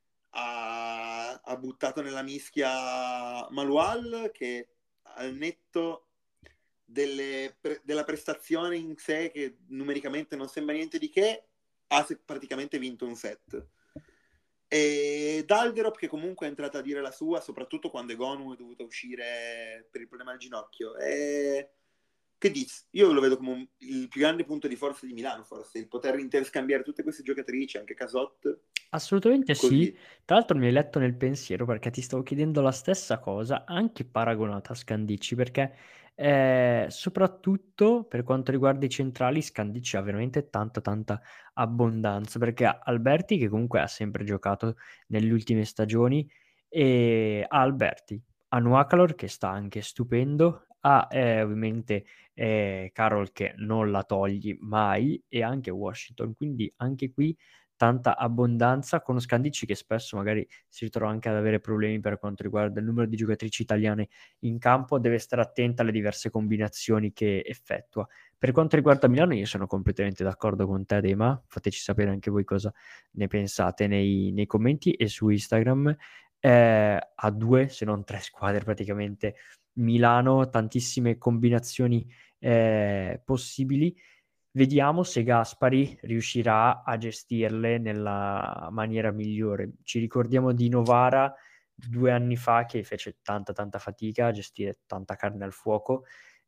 ha buttato nella mischia Malual, che al netto della prestazione in sé, che numericamente non sembra niente di che, ha praticamente vinto un set. E Dalderop, che comunque è entrata a dire la sua, soprattutto quando Egonu è dovuta uscire per il problema al ginocchio. Che dici? Io lo vedo come il più grande punto di forza di Milano, forse, il poter interscambiare tutte queste giocatrici, anche Casot, Assolutamente sì. così. Tra l'altro mi hai letto nel pensiero perché ti stavo chiedendo la stessa cosa, anche paragonata a Scandicci, perché soprattutto per quanto riguarda i centrali, Scandicci ha veramente tanta abbondanza, perché ha Alberti che comunque ha sempre giocato nelle ultime stagioni e ha Alberti, ha Nuakalor che sta anche stupendo, ha ovviamente Carol che non la togli mai e anche Washington, quindi anche qui tanta abbondanza con Scandicci che spesso magari si ritrova anche ad avere problemi per quanto riguarda il numero di giocatrici italiane in campo, deve stare attenta alle diverse combinazioni che effettua. Per quanto riguarda Milano, io sono completamente d'accordo con te, Dema. Fateci sapere anche voi cosa ne pensate nei commenti e su Instagram. A due, se non tre squadre praticamente. Milano, tantissime combinazioni possibili. Vediamo se Gaspari riuscirà a gestirle nella maniera migliore. Ci ricordiamo di Novara 2 anni fa che fece tanta fatica a gestire tanta carne al fuoco.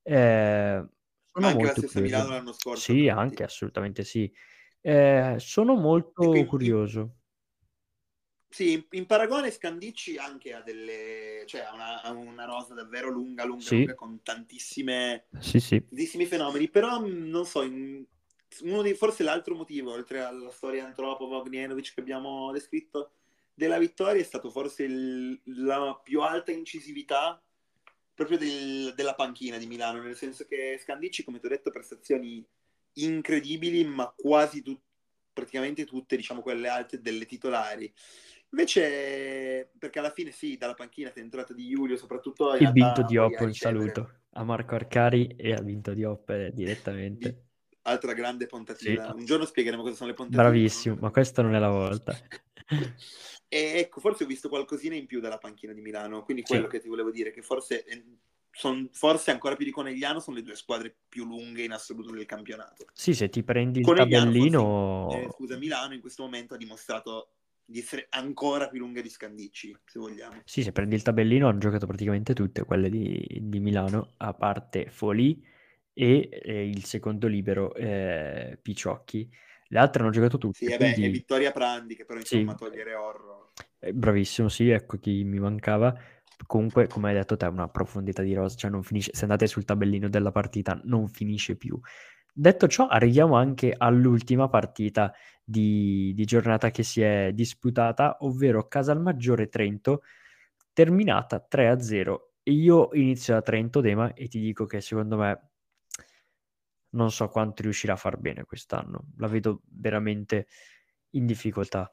Ma Sono anche la molto stessa curioso. Milano l'anno scorso a Sì, tratti. anche, assolutamente sì. Sono Ecco, molto curioso. sì, in paragone Scandicci anche ha cioè ha una rosa davvero lunga, Sì, con tantissime, sì. tantissimi fenomeni, però non so, forse l'altro motivo, oltre alla storia Antropov, Ognienovic che abbiamo descritto, della vittoria è stato forse la più alta incisività proprio della panchina di Milano, nel senso che Scandicci, come ti ho detto, prestazioni incredibili, ma praticamente tutte, diciamo, quelle alte delle titolari. Invece, perché alla fine sì, dalla panchina si è entrato Di Giulio, soprattutto in E Vinto realtà poi Diop, a un ricevere. saluto a Marco Arcari e a Vinto Diop Di- direttamente. Altra grande Sì, pontatina. Un giorno spiegheremo cosa sono le pontatine, ma non ne bravissimo, ma abbiamo ancora questa non è la parlato. volta. E ecco, forse ho visto qualcosina in più dalla panchina di Milano, quindi quello Sì, che ti volevo dire, che forse ancora più di Conegliano sono le due squadre più lunghe in assoluto del campionato. sì, se ti prendi il Conegliano, tabellino, scusa, Milano in questo momento ha dimostrato di essere ancora più lunga di Scandicci, se vogliamo. sì, se prendi il tabellino hanno giocato praticamente tutte quelle di Milano, a parte Folì e il secondo libero Piciocchi. Le altre hanno giocato Sì, tutte, e beh, è quindi Vittoria Prandi che però insomma sì, togliere Orro. bravissimo, sì, ecco chi mi mancava. Comunque, come hai detto te, una profondità di rosa, cioè non finisce, se andate sul tabellino della partita non finisce più. Detto ciò, arriviamo anche all'ultima partita di giornata che si è disputata, ovvero Casalmaggiore Trento, terminata 3-0. Io inizio da Trento, Dema, e ti dico che secondo me non so quanto riuscirà a far bene quest'anno. La vedo veramente in difficoltà.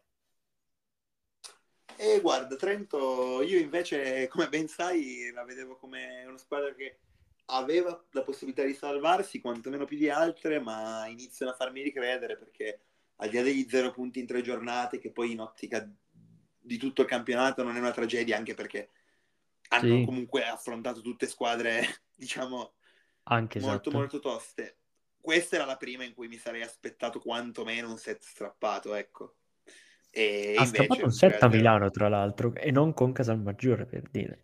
E guarda, Trento, io invece, come ben sai, la vedevo come una squadra che aveva la possibilità di salvarsi, quantomeno più di altre, ma iniziano a farmi ricredere perché al di là degli 0 punti in 3 giornate, che poi in ottica di tutto il campionato non è una tragedia, anche perché hanno Sì, comunque affrontato tutte squadre, diciamo, anche molto esatto. molto toste. Questa era la prima in cui mi sarei aspettato quantomeno un set strappato, ecco. E Ha invece strappato un un set a 3-0. Milano, tra l'altro, e non con Casalmaggiore, per dire.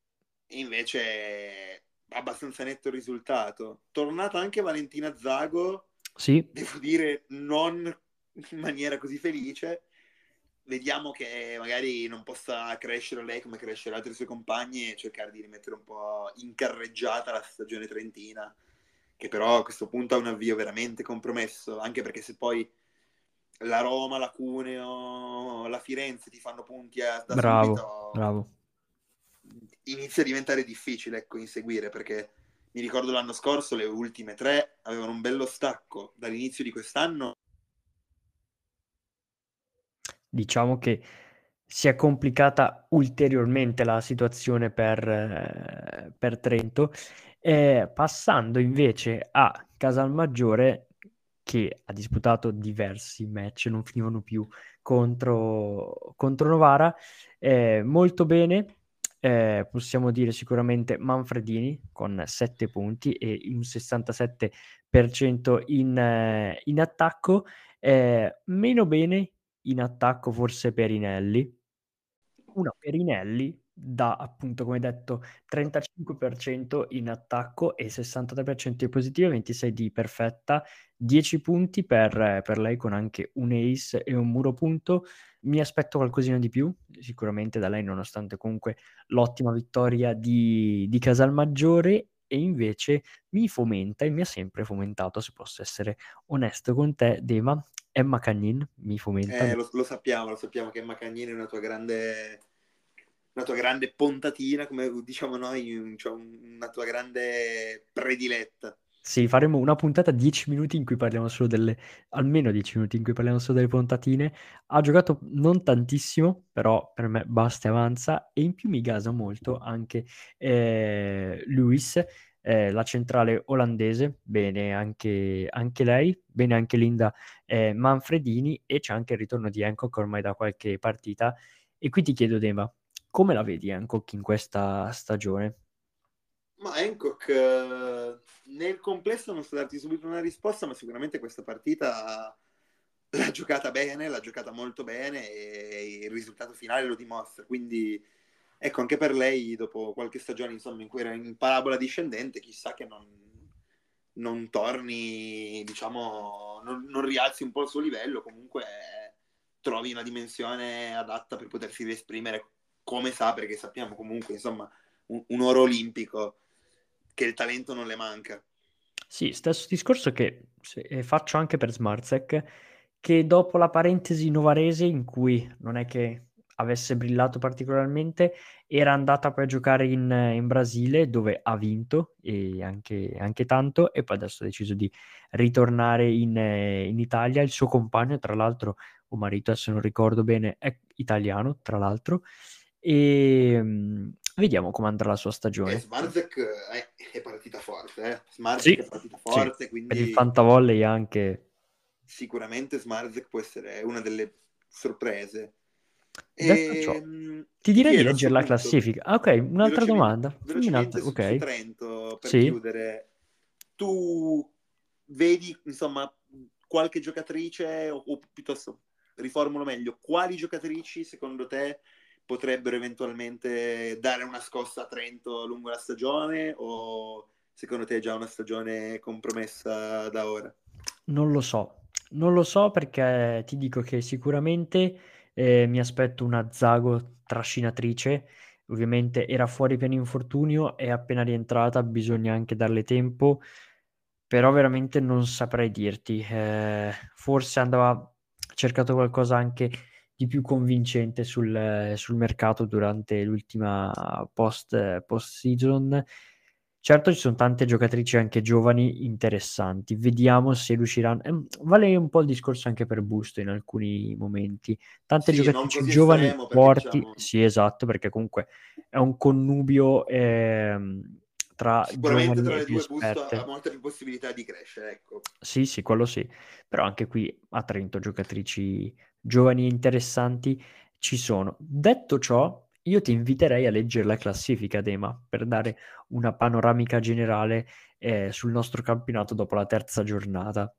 Invece abbastanza netto il risultato. Tornata anche Valentina Zago, Sì, devo dire non in maniera così felice. Vediamo che magari non possa crescere lei come crescere altre sue compagne e cercare di rimettere un po' in carreggiata la stagione trentina, che però a questo punto ha un avvio veramente compromesso, anche perché se poi la Roma, la Cuneo, la Firenze ti fanno punti da bravo, subito, bravo. inizia a diventare difficile, ecco, inseguire, perché mi ricordo l'anno scorso le ultime tre avevano un bello stacco dall'inizio di quest'anno. Diciamo che si è complicata ulteriormente la situazione per Trento, passando invece a Casalmaggiore che ha disputato diversi match, non finivano più contro Novara. Molto bene, possiamo dire sicuramente Manfredini con 7 punti e un 67% in attacco. Meno bene in attacco forse Perinelli. Una Perinelli da appunto, come detto, 35% in attacco e 63% di positiva e 26 di perfetta, 10 punti per lei con anche un ace e un muro punto. Mi aspetto qualcosina di più, sicuramente da lei, nonostante comunque l'ottima vittoria di Casalmaggiore, e invece mi fomenta e mi ha sempre fomentato, se posso essere onesto con te, Dema, Emma Cagnin mi fomenta. Lo sappiamo che Emma Cagnini è una tua grande pontatina, come diciamo noi, cioè una tua grande prediletta. Sì, faremo una puntata 10 minuti in cui parliamo solo delle, almeno 10 minuti in cui parliamo solo delle puntatine. Ha giocato non tantissimo, però per me basta e avanza, e in più mi gasa molto anche Luis, la centrale olandese, bene anche lei, bene anche Linda Manfredini, e c'è anche il ritorno di Hancock ormai da qualche partita. E qui ti chiedo, Dema, come la vedi Hancock in questa stagione? Ma Hancock, nel complesso non so darti subito una risposta, ma sicuramente questa partita l'ha giocata bene, l'ha giocata molto bene e il risultato finale lo dimostra. Quindi, ecco, anche per lei, dopo qualche stagione, insomma, in cui era in parabola discendente, chissà che non torni, diciamo, non rialzi un po' il suo livello, comunque trovi una dimensione adatta per potersi riesprimere come sa, perché sappiamo comunque, insomma, un oro olimpico che il talento non le manca. Sì, stesso discorso che faccio anche per Smarzek, che dopo la parentesi novarese in cui non è che avesse brillato particolarmente, era andata poi a giocare in Brasile dove ha vinto e anche tanto, e poi adesso ha deciso di ritornare in Italia. Il suo compagno, tra l'altro, o marito, se non ricordo bene, è italiano, tra l'altro, e vediamo come andrà la sua E stagione. Smarzek è partita forte, eh? Smarzek è Sì, partita sì, forte, per il quindi fantavolley anche. sicuramente Smarzek può essere una delle sorprese. Detto ciò, E, ti ti direi di chiedo a leggere questo la punto, classifica. Ah, ok, un'altra domanda. Fammi un'altra. velocemente su Ok, Trento, per sì. chiudere, tu vedi, insomma, qualche giocatrice, o piuttosto, riformulo meglio, quali giocatrici secondo te potrebbero eventualmente dare una scossa a Trento lungo la stagione, o secondo te è già una stagione compromessa da ora? Non lo so perché ti dico che sicuramente mi aspetto una Zago trascinatrice. Ovviamente era fuori per infortunio, è appena rientrata, bisogna anche darle tempo, però veramente non saprei dirti. Forse andava cercato qualcosa anche di più convincente sul mercato durante l'ultima post-season. Certo, ci sono tante giocatrici anche giovani interessanti. Vediamo se riusciranno. Vale un po' il discorso anche per Busto in alcuni momenti. Tante Sì, non giocatrici così giovani, estremo perché forti, diciamo sì, esatto, perché comunque è un connubio tra sicuramente giovani tra e le più due Busto ha esperte. molte più possibilità di crescere, ecco. Sì, sì, quello sì. Però anche qui a Trento giocatrici giovani e interessanti ci sono. Detto ciò, io ti inviterei a leggere la classifica, Dema, per dare una panoramica generale sul nostro campionato dopo la terza giornata.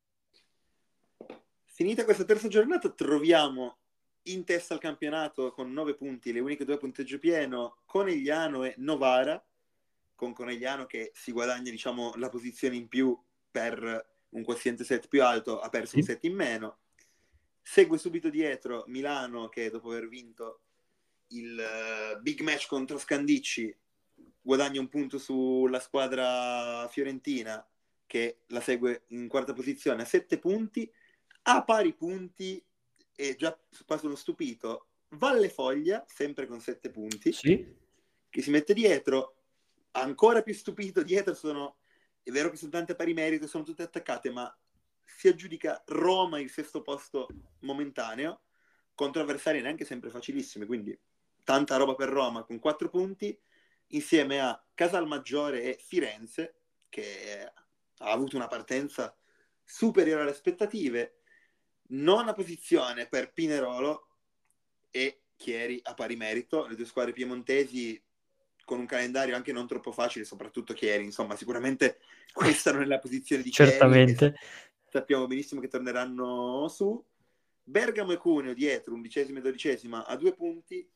Finita questa terza giornata, troviamo in testa al campionato con 9 punti, le uniche due a punteggio pieno, Conegliano e Novara, con Conegliano che si guadagna, diciamo, la posizione in più per un quoziente set più alto, ha perso un Sì, set in meno. Segue subito dietro Milano che dopo aver vinto il big match contro Scandicci guadagna un punto sulla squadra fiorentina che la segue in quarta posizione a 7 punti, a pari punti, e già qua sono stupito, Valle Foglia, sempre con 7 punti, sì, che si mette dietro, ancora più stupito, dietro è vero che sono tante pari merito, sono tutte attaccate, ma si aggiudica Roma il sesto posto momentaneo, contro avversari neanche sempre facilissimi, quindi tanta roba per Roma con 4 punti, insieme a Casalmaggiore e Firenze, che ha avuto una partenza superiore alle aspettative, nona posizione per Pinerolo e Chieri a pari merito, le due squadre piemontesi con un calendario anche non troppo facile, soprattutto Chieri, insomma, sicuramente questa non è la posizione di Chieri e certamente. sappiamo benissimo che torneranno su. Bergamo e Cuneo dietro, undicesima e dodicesima a 2 punti,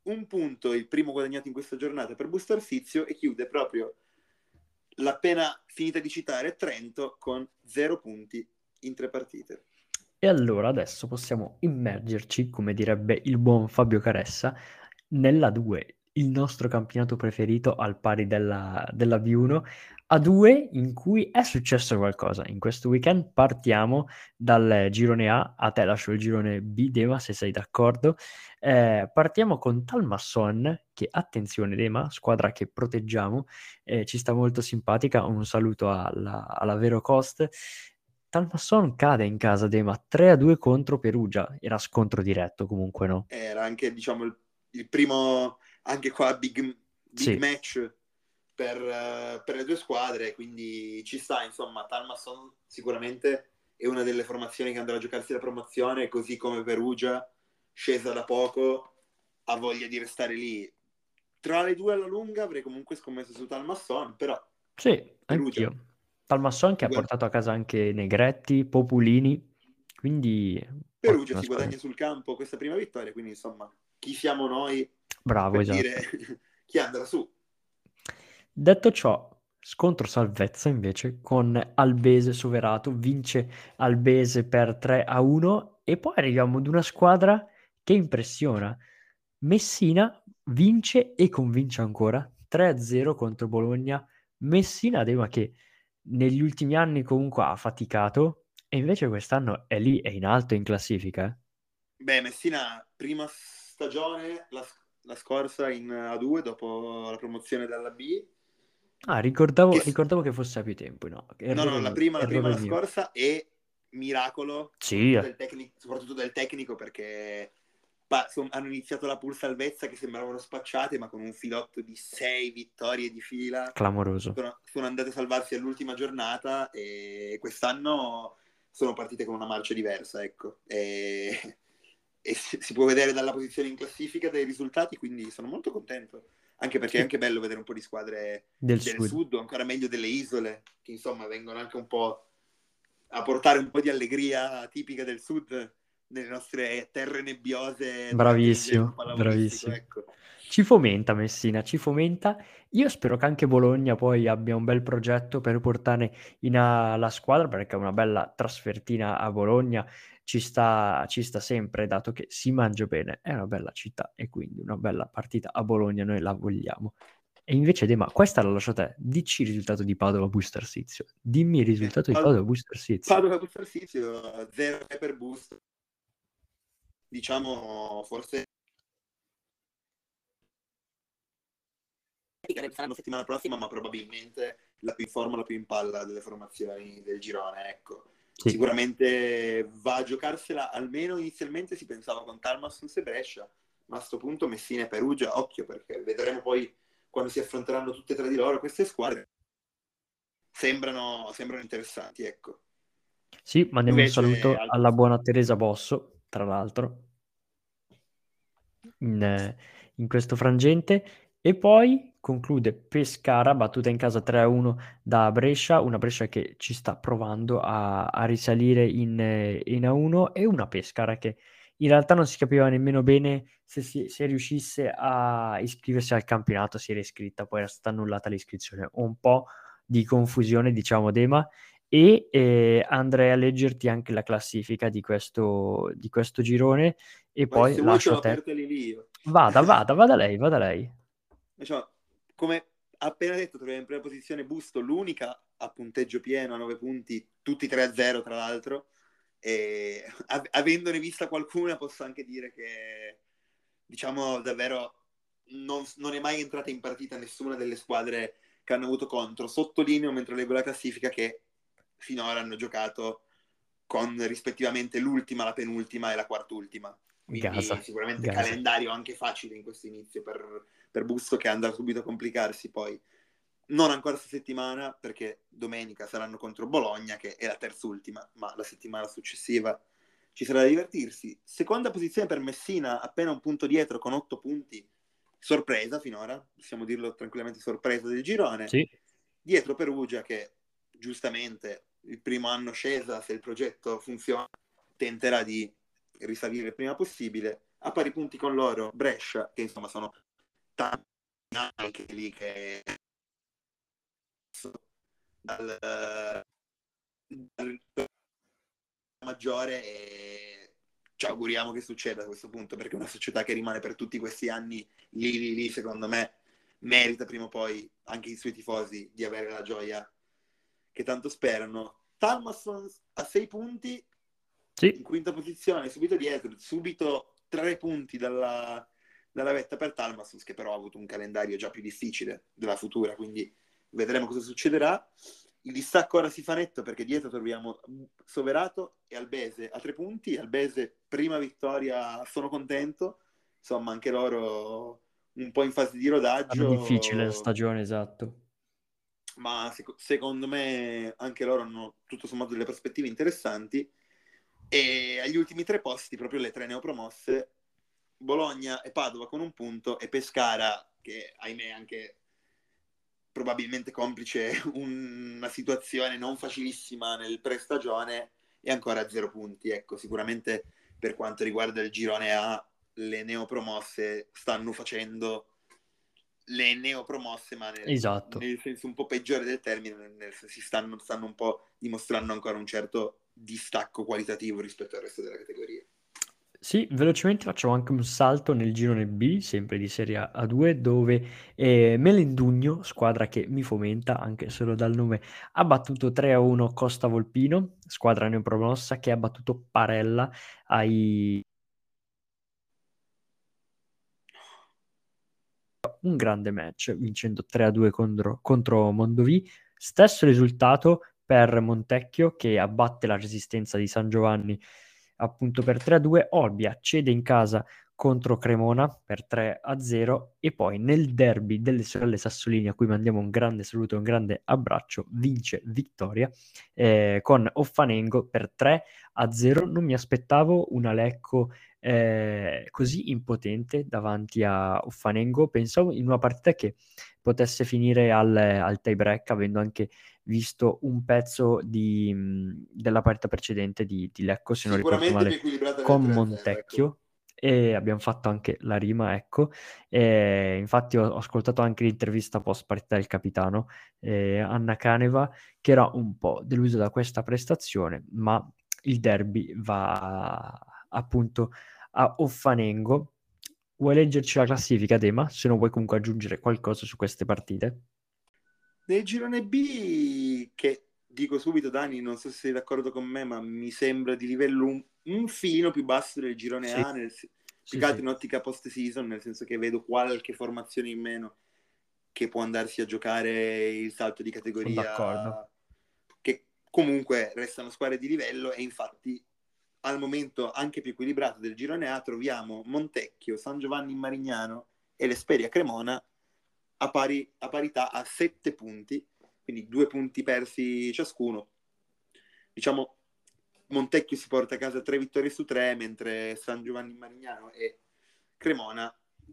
un punto il primo guadagnato in questa giornata per Busto Arsizio, e chiude proprio l'appena finita di citare Trento con 0 punti in 3 partite. E allora adesso possiamo immergerci, come direbbe il buon Fabio Caressa, nella 2, il nostro campionato preferito al pari della V1, a 2 in cui è successo qualcosa. In questo weekend partiamo dal girone A te lascio il girone B, Dema, se sei d'accordo. Partiamo con Talmasson, che attenzione Dema, squadra che proteggiamo, ci sta molto simpatica, un saluto alla Vero Cost. Talmasson cade in casa Dema 3-2 contro Perugia, era scontro diretto comunque, no? Era anche, diciamo, il primo, anche qua, big Sì, match per le due squadre, quindi ci sta, insomma, Talmasson sicuramente è una delle formazioni che andrà a giocarsi la promozione, così come Perugia, scesa da poco, ha voglia di restare lì. Tra le due alla lunga avrei comunque scommesso su Talmasson, però sì, Perugia anch'io. Talmasson che ha portato a casa anche Negretti, Populini, quindi Perugia ottima si squadra. guadagna sul campo questa prima vittoria, quindi insomma, chi siamo noi Bravo, per esatto. dire chi andrà su? Detto ciò, scontro salvezza invece con Albese Soverato, vince Albese per 3-1 e poi arriviamo ad una squadra che impressiona. Messina vince e convince ancora 3-0 contro Bologna. Messina, Dema, che negli ultimi anni comunque ha faticato e invece quest'anno è lì, è in alto in classifica. Beh, Messina, prima stagione, la scorsa in A2 dopo la promozione dalla B, Ah, che, ricordavo che fosse a più tempo, no, no, no, la prima errore la mio. scorsa, e miracolo, Sì, soprattutto del tecnico, perché hanno iniziato la pur salvezza che sembravano spacciate, ma con un filotto di 6 vittorie di fila clamoroso. sono andate a salvarsi all'ultima giornata, e quest'anno sono partite con una marcia diversa, ecco. E si può vedere dalla posizione in classifica, dai risultati, quindi sono molto contento, anche perché è Sì, anche bello vedere un po' di squadre del del sud. sud, o ancora meglio delle isole, che insomma vengono anche un po' a portare un po' di allegria tipica del sud nelle nostre terre nebbiose durante l'inverno Bravissimo, pallavolistico, bravissimo. ecco. Ci fomenta Messina, ci fomenta. Io spero che anche Bologna poi abbia un bel progetto per portare in A la squadra, perché una bella trasfertina a Bologna ci sta sempre, dato che si mangia bene, è una bella città e quindi una bella partita a Bologna noi la vogliamo. E invece, Dema, questa la lascio a te. Dici il risultato di Padova Busto Arsizio. Dimmi il risultato di Padova Busto Arsizio. Padova Busto Arsizio 0 per Busto, diciamo forse saranno settimana prossima, ma probabilmente la più in forma, la più in palla delle formazioni del girone, ecco. Sì. Sicuramente va a giocarsela, almeno inizialmente si pensava con Talmassus e Brescia, ma a sto punto Messina e Perugia, occhio, perché vedremo poi quando si affronteranno tutte e tre di loro queste squadre. Sembrano interessanti, ecco. Sì, mandiamo un Invece saluto altre alla squadre. buona Teresa Bosso, tra l'altro, in questo frangente. E poi conclude Pescara, battuta in casa 3-1 da Brescia, una Brescia che ci sta provando a risalire in A1 e una Pescara che in realtà non si capiva nemmeno bene se riuscisse a iscriversi al campionato, si era iscritta, poi era stata annullata l'iscrizione. Un po' di confusione, diciamo, Dema. E andrei a leggerti anche la classifica di questo girone e Vai, poi se vuoi ce lascio a l'ho te. aperta lì io. Vada lei, vada lei. Diciamo, come appena detto, troviamo in prima posizione Busto, l'unica a punteggio pieno, a 9 punti, tutti 3-0 tra l'altro, e avendone vista qualcuna posso anche dire che, diciamo, davvero non è mai entrata in partita nessuna delle squadre che hanno avuto contro. Sottolineo, mentre leggo la classifica, che finora hanno giocato con rispettivamente l'ultima, la penultima e la quart'ultima. Quindi Gaza, sicuramente Gaza. calendario anche facile in questo inizio per Busto, che andrà subito a complicarsi poi. Non ancora questa settimana, perché domenica saranno contro Bologna, che è la terz'ultima, ma la settimana successiva ci sarà da divertirsi. Seconda posizione per Messina, appena un punto dietro con 8 punti. Sorpresa finora, possiamo dirlo tranquillamente, sorpresa del girone. Sì, Dietro Perugia, che giustamente il primo anno scesa, se il progetto funziona, tenterà di risalire il prima possibile. a pari punti con loro Brescia, che insomma sono tanti anche lì che dal, dal maggiore, e ci auguriamo che succeda a questo punto, perché una società che rimane per tutti questi anni lì, secondo me merita prima o poi anche i suoi tifosi di avere la gioia che tanto sperano. Talmason a 6 punti in Sì, quinta posizione, subito dietro, subito 3 punti dalla vetta per Talmasus, che però ha avuto un calendario già più difficile della futura, quindi vedremo cosa succederà. Il distacco ora si fa netto, perché dietro troviamo Soverato e Albese a 3 punti. Albese, prima vittoria, sono contento, insomma anche loro un po' in fase di hanno difficile la rodaggio, stagione, esatto. ma secondo me anche loro hanno tutto sommato delle prospettive interessanti. E agli ultimi 3 posti, proprio le 3 neopromosse, Bologna e Padova con 1 punto, e Pescara, che ahimè anche probabilmente complice una situazione non facilissima nel pre-stagione, è ancora a 0 punti. Ecco, sicuramente per quanto riguarda il girone A, le neopromosse stanno facendo le neopromosse, ma Esatto. nel senso un po' peggiore del termine, stanno un po' dimostrando ancora un certo distacco qualitativo rispetto al resto della categoria. Sì, velocemente facciamo anche un salto nel girone B, sempre di Serie A2, dove Melendugno, squadra che mi fomenta anche solo dal nome, ha battuto 3-1 Costa Volpino, squadra neopromossa che ha battuto Parella ai un grande match, vincendo 3-2 contro Mondovì. Stesso risultato per Montecchio, che abbatte la resistenza di San Giovanni appunto per 3-2. Olbia cede in casa contro Cremona per 3-0, e poi nel derby delle sorelle Sassolini, a cui mandiamo un grande saluto e un grande abbraccio, vince Vittoria con Offanengo per 3-0. Non mi aspettavo una Lecco così impotente davanti a Offanengo. Pensavo in una partita che potesse finire al tie break, avendo anche visto un pezzo della partita precedente di Lecco, se non ricordo Sicuramente più male, equilibrata del con 3-0, ecco. Montecchio. E abbiamo fatto anche la rima, ecco. Infatti ho ascoltato anche l'intervista post partita del capitano Anna Caneva, che era un po' delusa da questa prestazione, ma il derby va appunto a Offanengo. Vuoi leggerci la classifica, Dema? Se non vuoi comunque aggiungere qualcosa su queste partite. Nel girone B, che dico subito, Dani, non so se sei d'accordo con me, ma mi sembra di livello un filino più basso del girone Sì, A, più sì, che altro sì, in ottica post-season, nel senso che vedo qualche formazione in meno che può andarsi a giocare il salto di sono d'accordo. categoria, che comunque restano squadre di livello. E infatti al momento anche più equilibrato del girone A troviamo Montecchio, San Giovanni in Marignano e l'Esperia Cremona a parità a 7 punti, quindi 2 punti persi ciascuno. Diciamo, Montecchio si porta a casa 3 vittorie su 3, mentre San Giovanni in Marignano e Cremona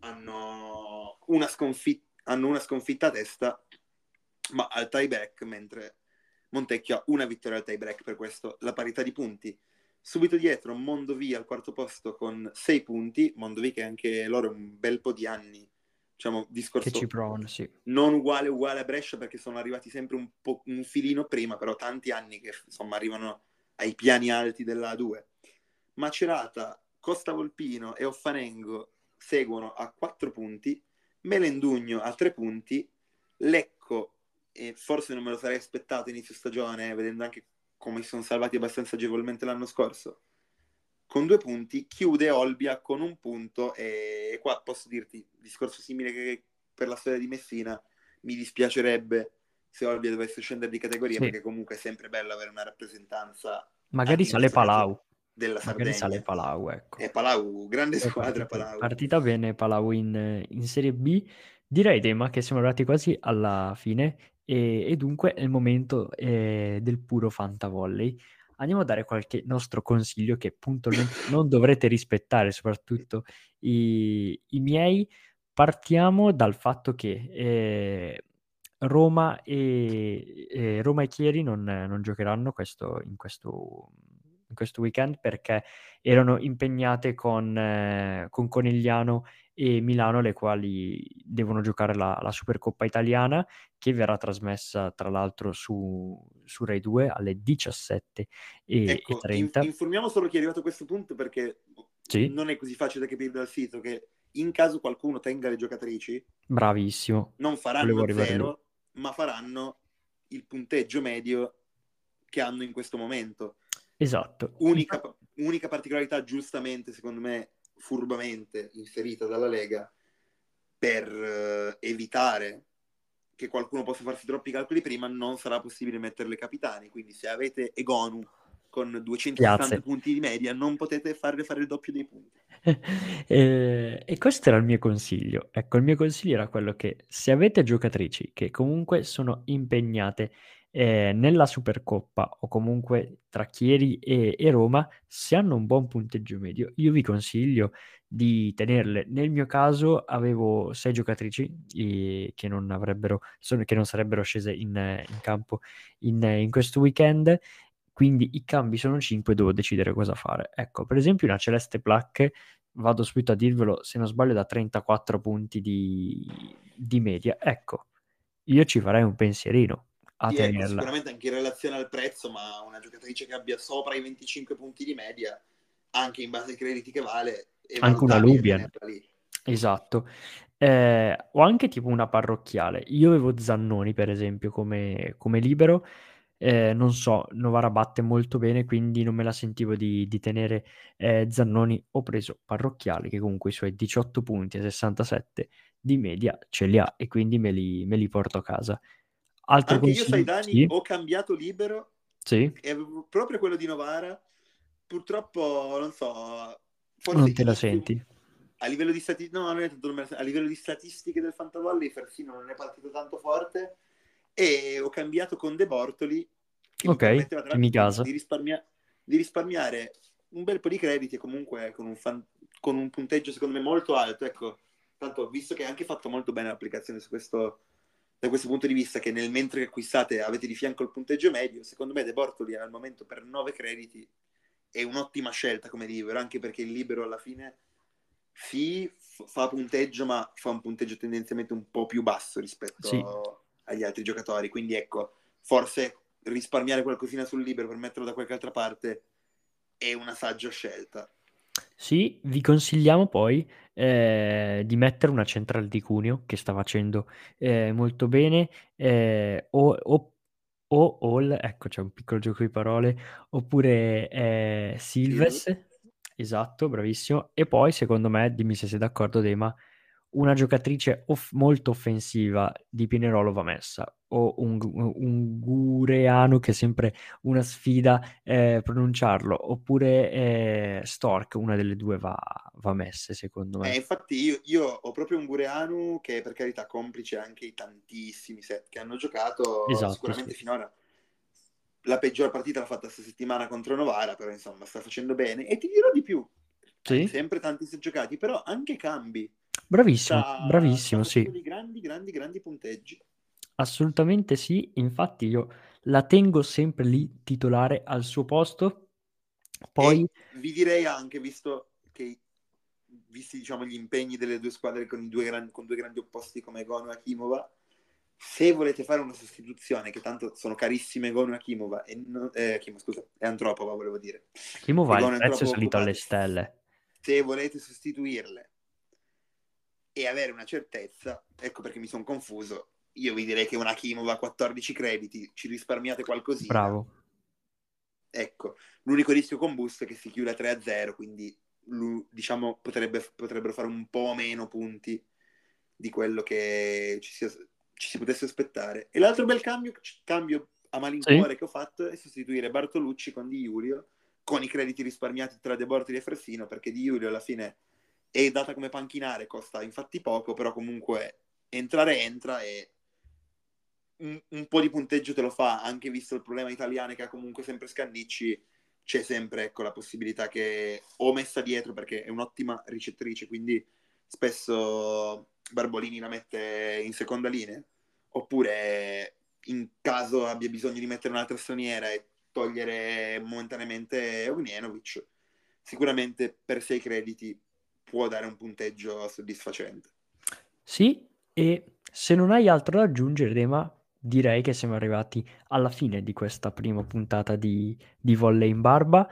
hanno una sconfitta a testa, ma al tie break, mentre Montecchio ha una vittoria al tie break, per questo la parità di punti. Subito dietro Mondovì al 4º posto con 6 punti, Mondovì che anche loro un bel po' di anni, diciamo, Che ci discorso provano, sì. non uguale a Brescia, perché sono arrivati sempre un filino prima, però tanti anni che insomma arrivano ai piani alti della 2. Macerata, Costa Volpino e Offanengo seguono a 4 punti, Melendugno a 3 punti, Lecco, e forse non me lo sarei aspettato inizio stagione, vedendo anche come si sono salvati abbastanza agevolmente l'anno scorso, con 2 punti, chiude Olbia con 1 punto. E qua posso dirti, discorso simile che per la storia di Messina, mi dispiacerebbe se Olbia dovesse scendere di categoria, Sì, perché comunque è sempre bello avere una rappresentanza magari anche in sale questo caso Palau. della Magari sale Sardegna. Palau, ecco. E Palau, grande È squadra Palau. partita bene Palau in Serie B. Direi, Dema, che siamo arrivati quasi alla fine e dunque è il momento del puro fantavolley. Andiamo a dare qualche nostro consiglio che puntualmente non dovrete rispettare, soprattutto i miei. Partiamo dal fatto che Roma e Chieri non giocheranno in in questo weekend perché erano impegnate con Conegliano e Milano, le quali devono giocare la Supercoppa italiana, che verrà trasmessa tra l'altro su Rai 2 alle 17 e Ecco, 30. informiamo solo chi è arrivato a questo punto, perché Sì, non è così facile da capire dal sito, che in caso qualcuno tenga le giocatrici, bravissimo. non Volevo faranno arrivare lì. 0, ma faranno il punteggio medio che hanno in questo momento. Esatto. Unica particolarità, giustamente, secondo me, furbamente inserita dalla Lega, per evitare che qualcuno possa farsi troppi calcoli prima, non sarà possibile mettere le capitane. Quindi se avete Egonu con 260 Piazze. punti di media, non potete farle fare il doppio dei punti. E questo era il mio consiglio. Ecco, il mio consiglio era quello che se avete giocatrici che comunque sono impegnate nella Supercoppa o comunque tra Chieri e Roma, se hanno un buon punteggio medio, io vi consiglio di tenerle. Nel mio caso avevo 6 giocatrici che che non sarebbero scese in campo in questo weekend, quindi i cambi sono 5 e devo decidere cosa fare. Ecco, per esempio una Celeste Plac, vado subito a dirvelo, se non sbaglio da 34 punti di media. Ecco, io ci farei un pensierino a Sì, ecco, tenerla. sicuramente anche in relazione al prezzo, ma una giocatrice che abbia sopra i 25 punti di media, anche in base ai crediti che vale, è Anche una valutabile Lubian, tenerla lì. esatto. O anche tipo una parrocchiale. Io avevo Zannoni, per esempio, come libero. Non so, Novara batte molto bene, quindi non me la sentivo di tenere Zannoni. Ho preso parrocchiale, che comunque i suoi 18 punti e 67 di media ce li ha, e quindi me li porto a casa. Altro Anche io, sai, consiglio? Dani, Sì, ho cambiato libero sì, e avevo proprio quello di Novara. Purtroppo, non so, forse non i te la tipisti senti. a livello di no, non è tanto a livello di statistiche del Fantavolley, Fersino non è partito tanto forte, e ho cambiato con De Bortoli, che mi Ok, permetteva tra che mi l'altro casa. di risparmiare un bel po' di crediti, e comunque con un punteggio secondo me molto alto. Ecco, tanto ho visto che ha anche fatto molto bene l'applicazione da questo punto di vista, che mentre che acquistate avete di fianco il punteggio medio. Secondo me De Bortoli al momento per 9 crediti è un'ottima scelta come libero, anche perché il libero alla fine sì, fa punteggio, ma fa un punteggio tendenzialmente un po' più basso Sì. rispetto agli altri giocatori. Quindi ecco, forse risparmiare qualcosina sul libero per metterlo da qualche altra parte è una saggia scelta. Sì, vi consigliamo poi di mettere una centrale di Cuneo che sta facendo molto bene, o All, ecco c'è un piccolo gioco di parole, oppure Silv. Silves, esatto, bravissimo. E poi secondo me, dimmi se sei d'accordo Dema, una giocatrice molto offensiva di Pinerolo va messa, o un Gureano, che è sempre una sfida pronunciarlo, oppure Stork, una delle due va messe secondo me. Infatti io ho proprio un Gureanu che, per carità, complice anche i tantissimi set che hanno giocato, Esatto, sì. sicuramente finora la peggior partita l'ha fatta questa settimana contro Novara, però insomma sta facendo bene. E ti dirò di più, Sì, sempre tanti set giocati, però anche cambi. bravissimo, Sta bravissimo, sì. facendo dei grandi, grandi, grandi punteggi. Assolutamente sì, infatti io la tengo sempre lì titolare al suo posto, poi E vi direi anche, visti diciamo, gli impegni delle due squadre con con due grandi opposti come Gono e Akimova, se volete fare una sostituzione, che tanto sono carissime Gono e Akimova, scusa, e Antropova volevo dire, che Kimova il Gono e prezzo è Antropova salito alle occupate, stelle. se volete sostituirle e avere una certezza, ecco perché mi sono confuso, io vi direi che una Akimova a 14 crediti, ci risparmiate qualcosina. Bravo. Ecco, l'unico rischio con Boost è che si chiude a 3-0, quindi diciamo potrebbero fare un po' meno punti di quello che ci si potesse aspettare. E l'altro bel cambio a Sì, malincuore che ho fatto è sostituire Bartolucci con Di Giulio, con i crediti risparmiati tra De Bortoli e Fressino, perché Di Giulio alla fine è data come panchinare, costa infatti poco, però comunque entra e un po' di punteggio te lo fa, anche visto il problema italiano che ha comunque sempre Scandicci. C'è sempre, ecco, la possibilità che o messa dietro, perché è un'ottima ricettrice, quindi spesso Barbolini la mette in seconda linea, oppure in caso abbia bisogno di mettere un'altra straniera e togliere momentaneamente Ognjenovic. Sicuramente per 6 crediti può dare un punteggio soddisfacente. Sì, e se non hai altro da aggiungere, Dema, direi che siamo arrivati alla fine di questa prima puntata di Volley in Barba.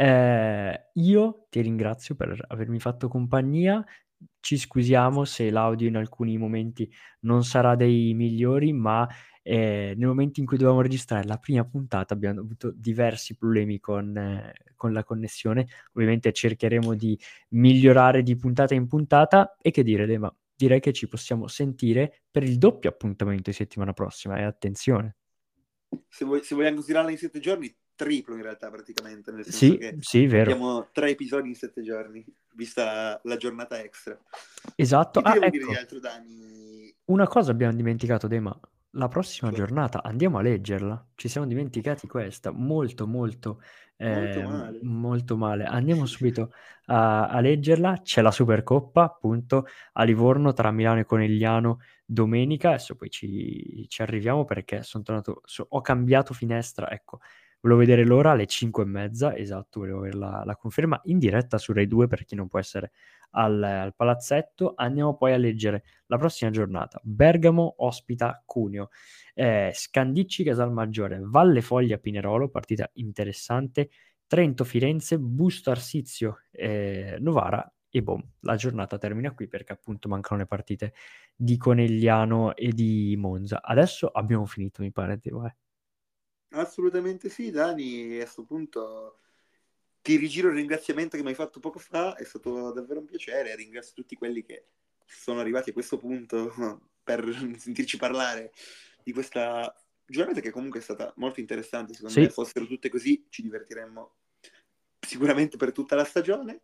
Io ti ringrazio per avermi fatto compagnia. Ci scusiamo se l'audio in alcuni momenti non sarà dei migliori, ma nel momento in cui dovevamo registrare la prima puntata abbiamo avuto diversi problemi con la connessione. Ovviamente cercheremo di migliorare di puntata in puntata. E che dire, Dema? Direi che ci possiamo sentire per il doppio appuntamento di settimana prossima. E attenzione. Se vogliamo considerarla in 7 giorni, triplo in realtà praticamente, nel senso Sì, che sì, vero. abbiamo 3 episodi in 7 giorni, vista la giornata extra. Esatto. Che ti Ah, devo dire di ecco, altro, Dani? una cosa abbiamo dimenticato, Dema. La prossima Cioè, giornata andiamo a leggerla. Ci siamo dimenticati questa. Molto, molto, molto male. molto male. Andiamo subito a leggerla. C'è la Supercoppa, appunto, a Livorno tra Milano e Conegliano domenica. Adesso poi ci arriviamo perché sono tornato, ho cambiato finestra. Ecco, volevo vedere l'ora alle 5:30. Esatto, volevo avere la conferma in diretta su Rai 2 per chi non può essere al palazzetto. Andiamo poi a leggere la prossima giornata. Bergamo ospita Cuneo, Scandicci Casalmaggiore, Valle Foglia Pinerolo, partita interessante, Trento Firenze, Busto Arsizio, Novara e boom, la giornata termina qui perché appunto mancano le partite di Conegliano e di Monza. Adesso abbiamo finito, mi pare, Teo, Assolutamente sì, Dani, a questo punto ti rigiro il ringraziamento che mi hai fatto poco fa, è stato davvero un piacere, ringrazio tutti quelli che sono arrivati a questo punto per sentirci parlare di questa giornata che comunque è stata molto interessante, secondo me, Sì, fossero tutte così ci divertiremmo sicuramente per tutta la stagione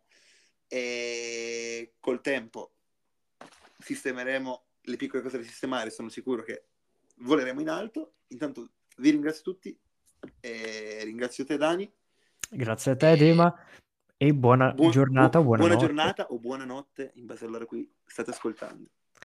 e col tempo sistemeremo le piccole cose da sistemare, sono sicuro che voleremo in alto. Intanto vi ringrazio tutti e ringrazio te Dani grazie a te, e Dema, e buona giornata o buona buonanotte. giornata o buonanotte in base all'ora qui state ascoltando.